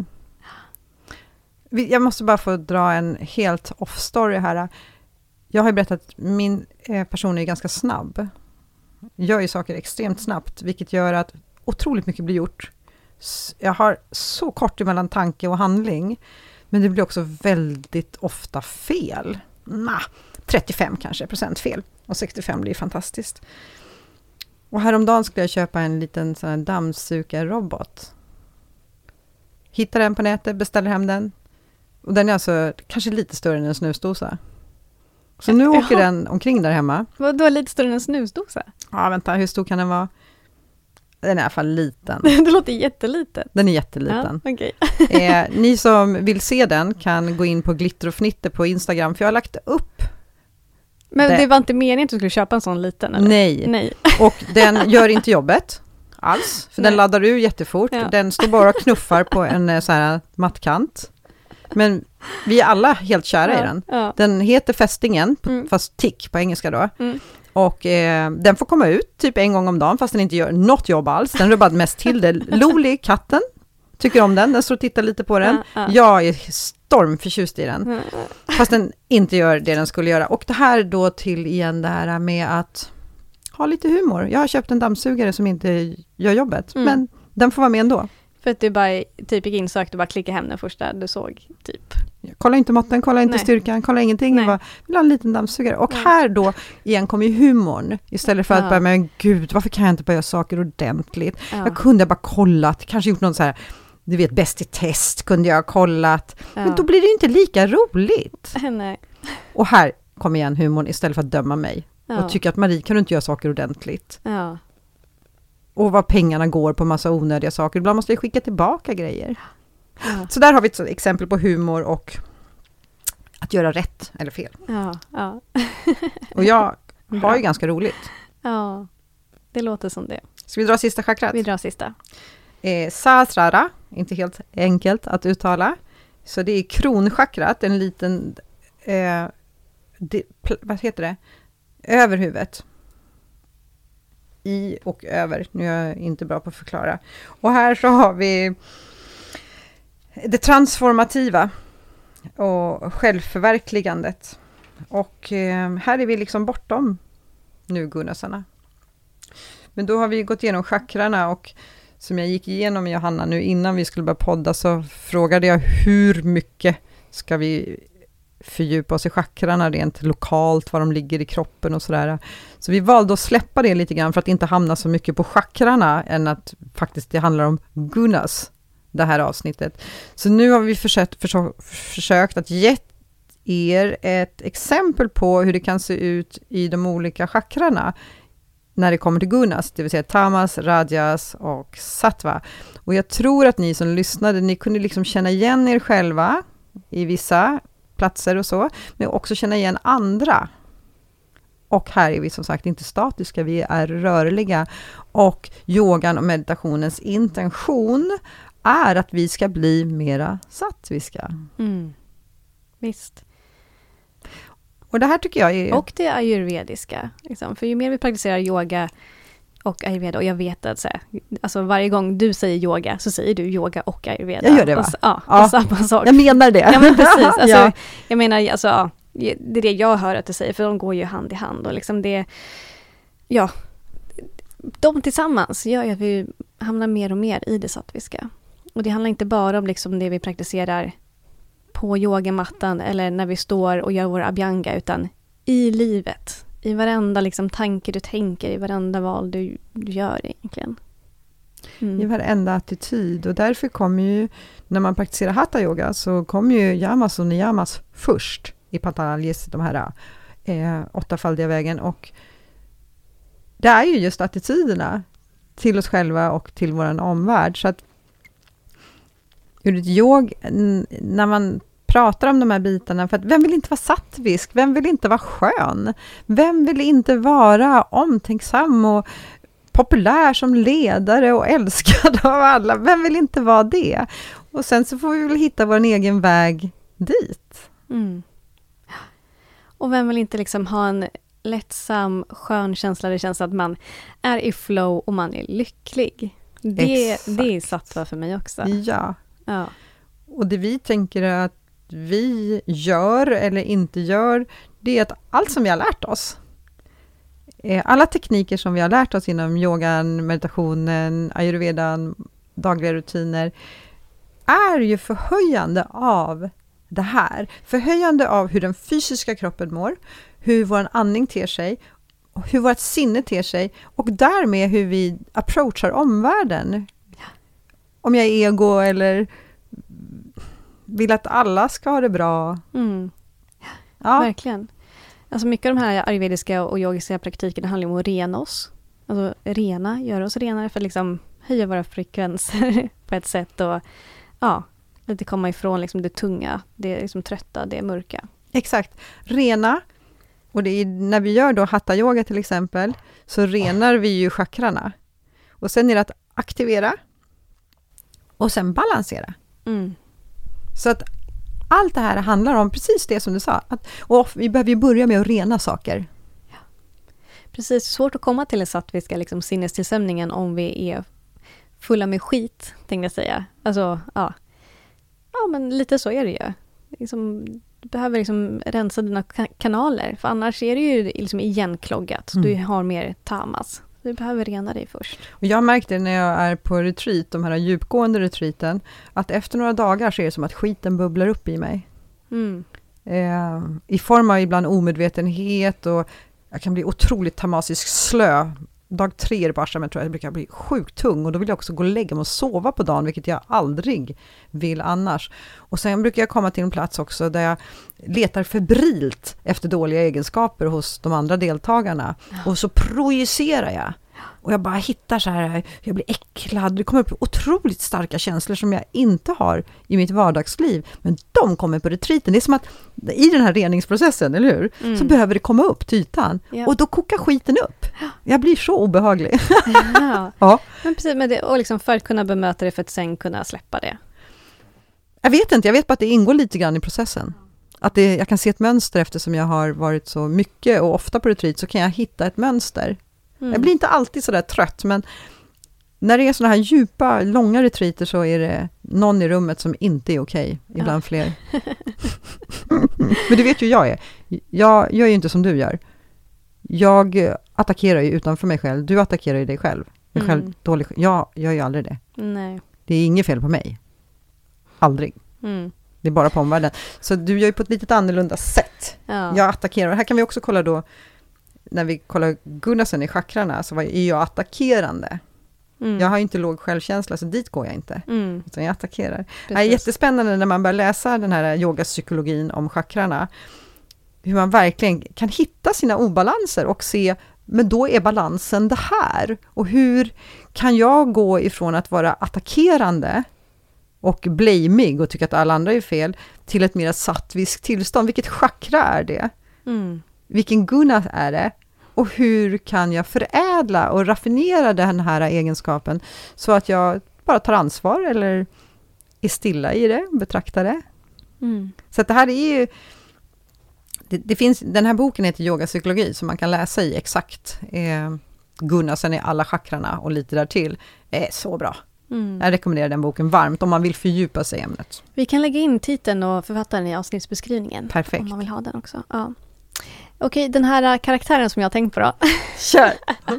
Jag måste bara få dra en helt off-story här. Jag har ju berättat att min person är ganska snabb. Gör ju saker extremt snabbt, vilket gör att otroligt mycket blir gjort. Jag har så kort emellan tanke och handling, men det blir också väldigt ofta fel. Nah, trettiofem kanske procent fel, och sextiofem blir fantastiskt. Och häromdagen skulle jag köpa en liten sån här dammsugarrobot. Hittar den på nätet, beställer hem den. Och den är alltså kanske lite större än en snusdosa. Så nu Jaha. åker den omkring där hemma. Vadå, lite större än en snusdosa? Ja, vänta, hur stor kan den vara? Den är i alla fall liten. Det låter jätteliten. Den är jätteliten. Ja, okay. eh, ni som vill se den kan gå in på Glitter och Fnitter på Instagram. För jag har lagt upp Men det, det var inte meningen att du skulle köpa en sån liten? Eller? Nej. Nej. Och den gör inte jobbet alls. För Nej. den laddar ur jättefort. Ja. Den Den står bara och knuffar på en så här mattkant. Men vi är alla helt kära ja. i den. Ja. Den heter Fästingen, Mm. fast tick på engelska då. Mm. Och eh, den får komma ut typ en gång om dagen, fast den inte gör något jobb alls. Den rubbar mest till det. Loli, katten, tycker om den. Den står och tittar lite på den. Ja, ja. Jag är stormförtjust i den. Mm. Fast den inte gör det den skulle göra. Och det här då till igen det här med att ha lite humor. Jag har köpt en dammsugare som inte gör jobbet. Mm. Men den får vara med ändå. För att du bara typ gick in, sökte och bara klickade hem den första du såg, typ. Kolla inte måtten, kolla inte Nej. styrkan, kolla ingenting. Nej. Jag bara, vill ha en liten dammsugare. Och Ja. här då igen kommer ju humorn. Istället för att Ja. bara, men gud, varför kan jag inte bara göra saker ordentligt? Ja. Jag kunde bara kollat, kanske gjort någon så här, du vet, bäst i test kunde jag ha kollat. Ja. Men då blir det ju inte lika roligt. Nej. Och här kommer igen humorn istället för att döma mig. Ja. Och tycka att Marie, kan du inte göra saker ordentligt? Ja. Och vad pengarna går på massa onödiga saker. Ibland måste jag skicka tillbaka grejer. Ja. Så där har vi ett exempel på humor och att göra rätt eller fel. Ja. Ja. Och jag har ju ganska roligt. Ja. Det låter som det. Ska vi dra sista chakrat? Vi drar sista. Eh, Sahasrara, inte helt enkelt att uttala. Så det är kronchakrat, en liten, eh, det, pl- vad heter det? Över huvudet. I och över. Nu är jag inte bra på att förklara. Och här så har vi det transformativa och självförverkligandet. Och eh, här är vi liksom bortom nu gunnasarna. Men då har vi gått igenom chakrarna och som jag gick igenom med Johanna nu innan vi skulle börja podda så frågade jag hur mycket ska vi fördjupa oss i chakrarna rent lokalt, var de ligger i kroppen och sådär. Så vi valde att släppa det lite grann för att inte hamna så mycket på chakrarna än att faktiskt det handlar om gunas, det här avsnittet. Så nu har vi försökt, försökt, försökt att ge er ett exempel på hur det kan se ut i de olika chakrarna när det kommer till gunas, det vill säga tamas, rajas och sattva. Och jag tror att ni som lyssnade, ni kunde liksom känna igen er själva i vissa platser och så, men också känna igen andra. Och här är vi som sagt inte statiska, vi är rörliga. Och yogan och meditationens intention är att vi ska bli mera sattviska. Mm. Visst. Och det här tycker jag är... Och det ayurvediska. Liksom. För ju mer vi praktiserar yoga och ayurveda, och jag vet att så här, alltså varje gång du säger yoga så säger du yoga och ayurveda. Jag gör det, va? Och, så- ja, Ja. och samma sak. Jag menar det. Ja, men precis. Alltså, Ja. Jag menar, alltså, ja, det är det jag hör att du säger, för de går ju hand i hand. Och liksom det, ja, de tillsammans gör ju att vi hamnar mer och mer i det sattviska. Och det handlar inte bara om liksom det vi praktiserar på yogamattan eller när vi står och gör vår abhyanga, utan i livet. I varenda liksom tanke du tänker, i varenda val du, du gör egentligen. Mm. I varenda attityd. Och därför kommer ju, när man praktiserar hatha yoga så kommer ju yamas och niyamas först i Patanjalis, de här eh, åttafaldiga vägen. Och det är ju just attityderna till oss själva och till vår omvärld. Så att ur ett yog, n- när man pratar om de här bitarna, för att vem vill inte vara sattvisk? Vem vill inte vara skön? Vem vill inte vara omtänksam och populär som ledare och älskad av alla? Vem vill inte vara det? Och sen så får vi väl hitta vår egen väg dit. Mm. Och vem vill inte liksom ha en lättsam, skön känsla? Det känns att man är i flow och man är lycklig. Det, Exakt. det är sattva för mig också. Ja. Ja. Och det vi tänker att vi gör eller inte gör, det är att allt som vi har lärt oss, alla tekniker som vi har lärt oss inom yogan, meditationen, ayurvedan, dagliga rutiner, är ju förhöjande av det här. Förhöjande av hur den fysiska kroppen mår, hur vår andning ter sig, hur vårt sinne ter sig och därmed hur vi approachar omvärlden. Om jag är ego eller vill att alla ska ha det bra. Mm. Ja. Verkligen. Alltså mycket av de här ayurvediska och yogiska praktikerna handlar om att rena oss. Alltså rena, göra oss renare för att liksom höja våra frekvenser på ett sätt och ja, lite komma ifrån liksom det tunga, det liksom trötta, det mörka. Exakt. Rena Och det är, när vi gör då hatha yoga till exempel, så renar vi ju chakrarna. Och sen är det att aktivera och sen balansera. Mm. Så att allt det här handlar om precis det som du sa. Att, och vi behöver ju börja med att rena saker. Ja. Precis, svårt att komma till en sattviska liksom, sinnestillstämningen om vi är fulla med skit, tänkte jag säga. Alltså, ja. Ja, men lite så är det ju. Liksom, du behöver liksom rensa dina kanaler, för annars är det ju liksom igenkloggat. Mm. Du har mer tamas. Du behöver rena dig först. Och jag märkte när jag är på retreat, de här djupgående retreaten, att efter några dagar så är det som att skiten bubblar upp i mig. Mm. Eh, I form av ibland omedvetenhet, och jag kan bli otroligt tamasisk slö. Dag tre är det på ashramet, tror jag, jag brukar bli sjukt tung, och då vill jag också gå och lägga mig och sova på dagen, vilket jag aldrig vill annars. Och sen brukar jag komma till en plats också där jag letar febrilt efter dåliga egenskaper hos de andra deltagarna. Ja. Och så projicerar jag. Och jag bara hittar så här, jag blir äcklad. Det kommer upp otroligt starka känslor som jag inte har i mitt vardagsliv. Men de kommer på retreaten. Det är som att i den här reningsprocessen, eller hur? Mm. Så behöver det komma upp till ytan. Ja. Och då kokar skiten upp. Jag blir så obehaglig. Ja, ja. Men precis, men det, och liksom för att kunna bemöta det, för att sen kunna släppa det. Jag vet inte, jag vet bara att det ingår lite grann i processen. Att det, jag kan se ett mönster, eftersom jag har varit så mycket och ofta på retreat, så kan jag hitta ett mönster. Mm. Jag blir inte alltid så där trött, men när det är såna här djupa, långa retreater så är det någon i rummet som inte är okej. Okay, ibland ja. Fler. Men du vet ju jag är. Jag gör ju inte som du gör. Jag attackerar ju utanför mig själv. Du attackerar ju dig själv. Jag är mm. själv dålig. Jag gör ju aldrig det. Nej. Det är inget fel på mig. Aldrig. Mm. Det är bara på omvärlden. Så du gör ju på ett lite annorlunda sätt. Ja. Jag attackerar. Här kan vi också kolla då, när vi kollar gunnasen i chakrarna, så är jag attackerande. Mm. Jag har ju inte låg självkänsla, så dit går jag inte. Mm. Utan jag attackerar. Det är jättespännande när man börjar läsa den här yogapsykologin om chakrarna. Hur man verkligen kan hitta sina obalanser och se, men då är balansen det här. Och hur kan jag gå ifrån att vara attackerande och blamig och tycka att alla andra är fel, till ett mer sattvisk tillstånd? Vilket chakra är det? Mm. Vilken gunna är det? Och hur kan jag förädla och raffinera den här egenskapen så att jag bara tar ansvar eller är stilla i det, betraktar det. Mm. Så att det här är ju, det, det finns, den här boken heter Yogapsykologi, som man kan läsa i exakt eh, gunnasen i alla chakrarna och lite där till. Det är så bra. Mm. Jag rekommenderar den boken varmt om man vill fördjupa sig i ämnet. Vi kan lägga in titeln och författaren i avsnittsbeskrivningen. Perfekt. Om man vill ha den också. Ja. Okej, den här karaktären som jag har tänkt på då. Kör!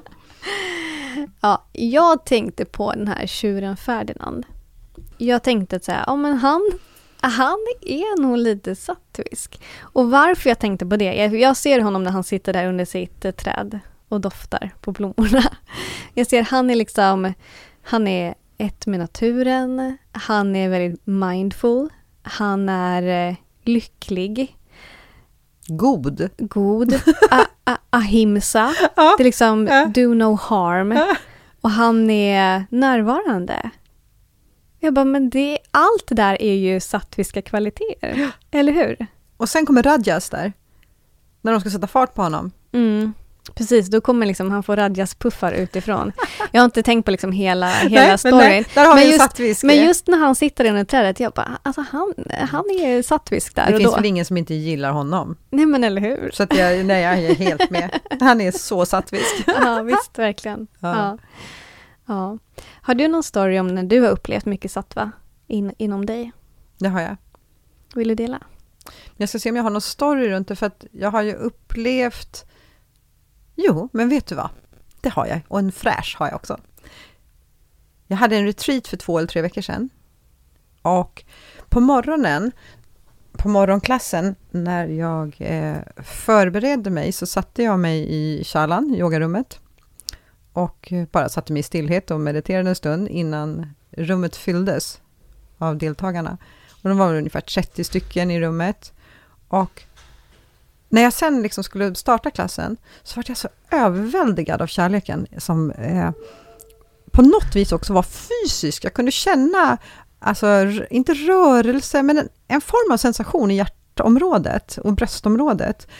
Ja, jag tänkte på den här tjuren Ferdinand. Jag tänkte att så här, ja, men han, han är nog lite sattvisk. Och varför jag tänkte på det, jag, jag ser honom när han sitter där under sitt eh, träd och doftar på blommorna. Jag ser han är liksom, han är ett med naturen, han är väldigt mindful, han är eh, lycklig. God. God. A- a- ahimsa. Ja. Det är liksom ja. do no harm. Ja. Och han är närvarande. Jag bara, men det, allt det där är ju sattviska kvaliteter. Ja. Eller hur? Och sen kommer Rajas där. När de ska sätta fart på honom. Mm. Precis, då kommer liksom, han får Rajas puffar utifrån. Jag har inte tänkt på liksom hela, hela nej, storyn. Men, nej, där har men, vi just, sattvisk. men just när han sitter i det trädet, jag bara, alltså han, han är sattvisk där. Det och finns då. väl ingen som inte gillar honom. Nej, men eller hur? Så att jag, nej, jag är helt med. Han är så sattvisk. Ja, visst, verkligen. Ja. Ja. Ja. Har du någon story om när du har upplevt mycket sattva in, inom dig? Det har jag. Vill du dela? Jag ska se om jag har någon story runt det, för att jag har ju upplevt. Jo, men vet du vad? Det har jag. Och en fräsch har jag också. Jag hade en retreat för två eller tre veckor sedan. Och på morgonen, på morgonklassen, när jag eh, förberedde mig, så satte jag mig i shalan, yogarummet. Och bara satte mig i stillhet och mediterade en stund innan rummet fylldes av deltagarna. Och de var ungefär trettio stycken i rummet. Och när jag sen liksom skulle starta klassen, så var jag så överväldigad av kärleken som eh, på något vis också var fysisk. Jag kunde känna, alltså inte rörelse, men en, en form av sensation i hjärtområdet och bröstområdet.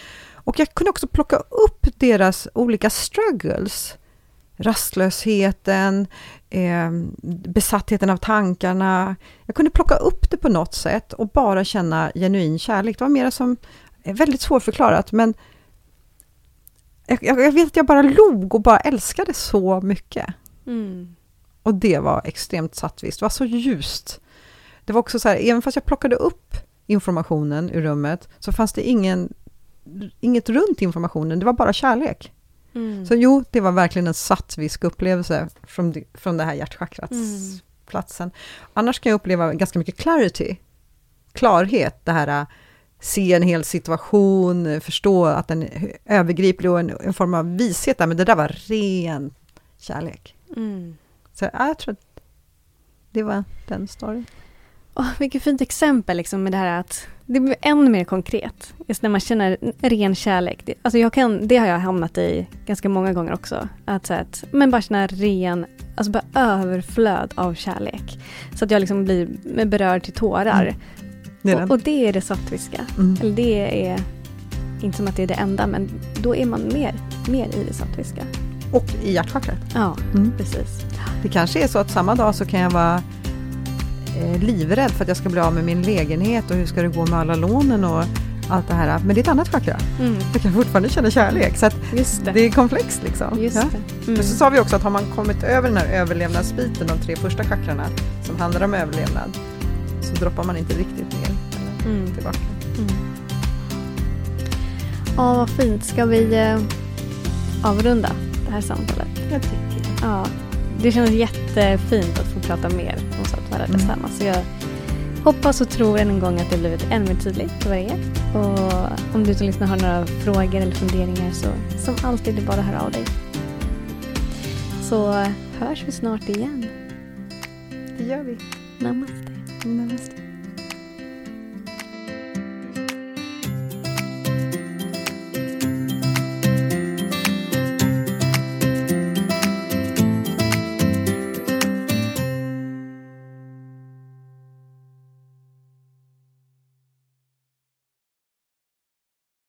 Och jag kunde också plocka upp deras olika struggles. Rastlösheten, eh, besattheten av tankarna. Jag kunde plocka upp det på något sätt och bara känna genuin kärlek. Det var mer som, väldigt svårförklarat, men jag, jag vet att jag bara log och bara älskade så mycket. Mm. Och det var extremt sattvisst. Det var så ljust. Det var också så här, även fast jag plockade upp informationen ur rummet så fanns det ingen, inget runt informationen. Det var bara kärlek. Mm. Så jo, det var verkligen en sattvisk upplevelse från, det, från det här hjärtchakrats mm. platsen. Annars kan jag uppleva ganska mycket clarity. Klarhet, det här se en hel situation, förstå att den är övergriplig och en, en form av vishet där, men det där var ren kärlek. Mm. Så ja, jag tror att det var den storyn. Oh, vilket fint exempel liksom, med det här att det blir ännu mer konkret. Just när man känner ren kärlek. Det, alltså jag kan, det har jag hamnat i ganska många gånger också. Att, så att men bara känna ren, alltså bara överflöd av kärlek. Så att jag liksom blir berörd till tårar. Mm. Det och, och det är det sattviska. Mm. Eller det är inte som att det är det enda, men då är man mer, mer i det sattviska. Och i hjärtchakrat. Ja, mm. precis. Det kanske är så att samma dag så kan jag vara eh, livrädd för att jag ska bli av med min lägenhet och hur ska det gå med alla lånen och allt det här. Men det är ett annat chakra. Mm. Jag kan fortfarande känna kärlek. Så att Just det. det är komplext liksom. Just ja. det. Mm. Men så sa vi också att har man kommit över den här överlevnadsbiten, de tre första chakrarna som handlar om överlevnad, så droppar man inte riktigt ner mm. tillbaka. Mm. Ja, vad fint. Ska vi eh, avrunda det här samtalet? Jag tycker det. Ja, det känns jättefint att få prata mer om Sattva tillsammans. Mm. Så jag hoppas och tror än en gång att det blivit ännu mer tydligt för er. Och om du som lyssnar har några frågor eller funderingar så som alltid är det bara att höra av dig. Så hörs vi snart igen. Det gör vi. Namaste. Namaste.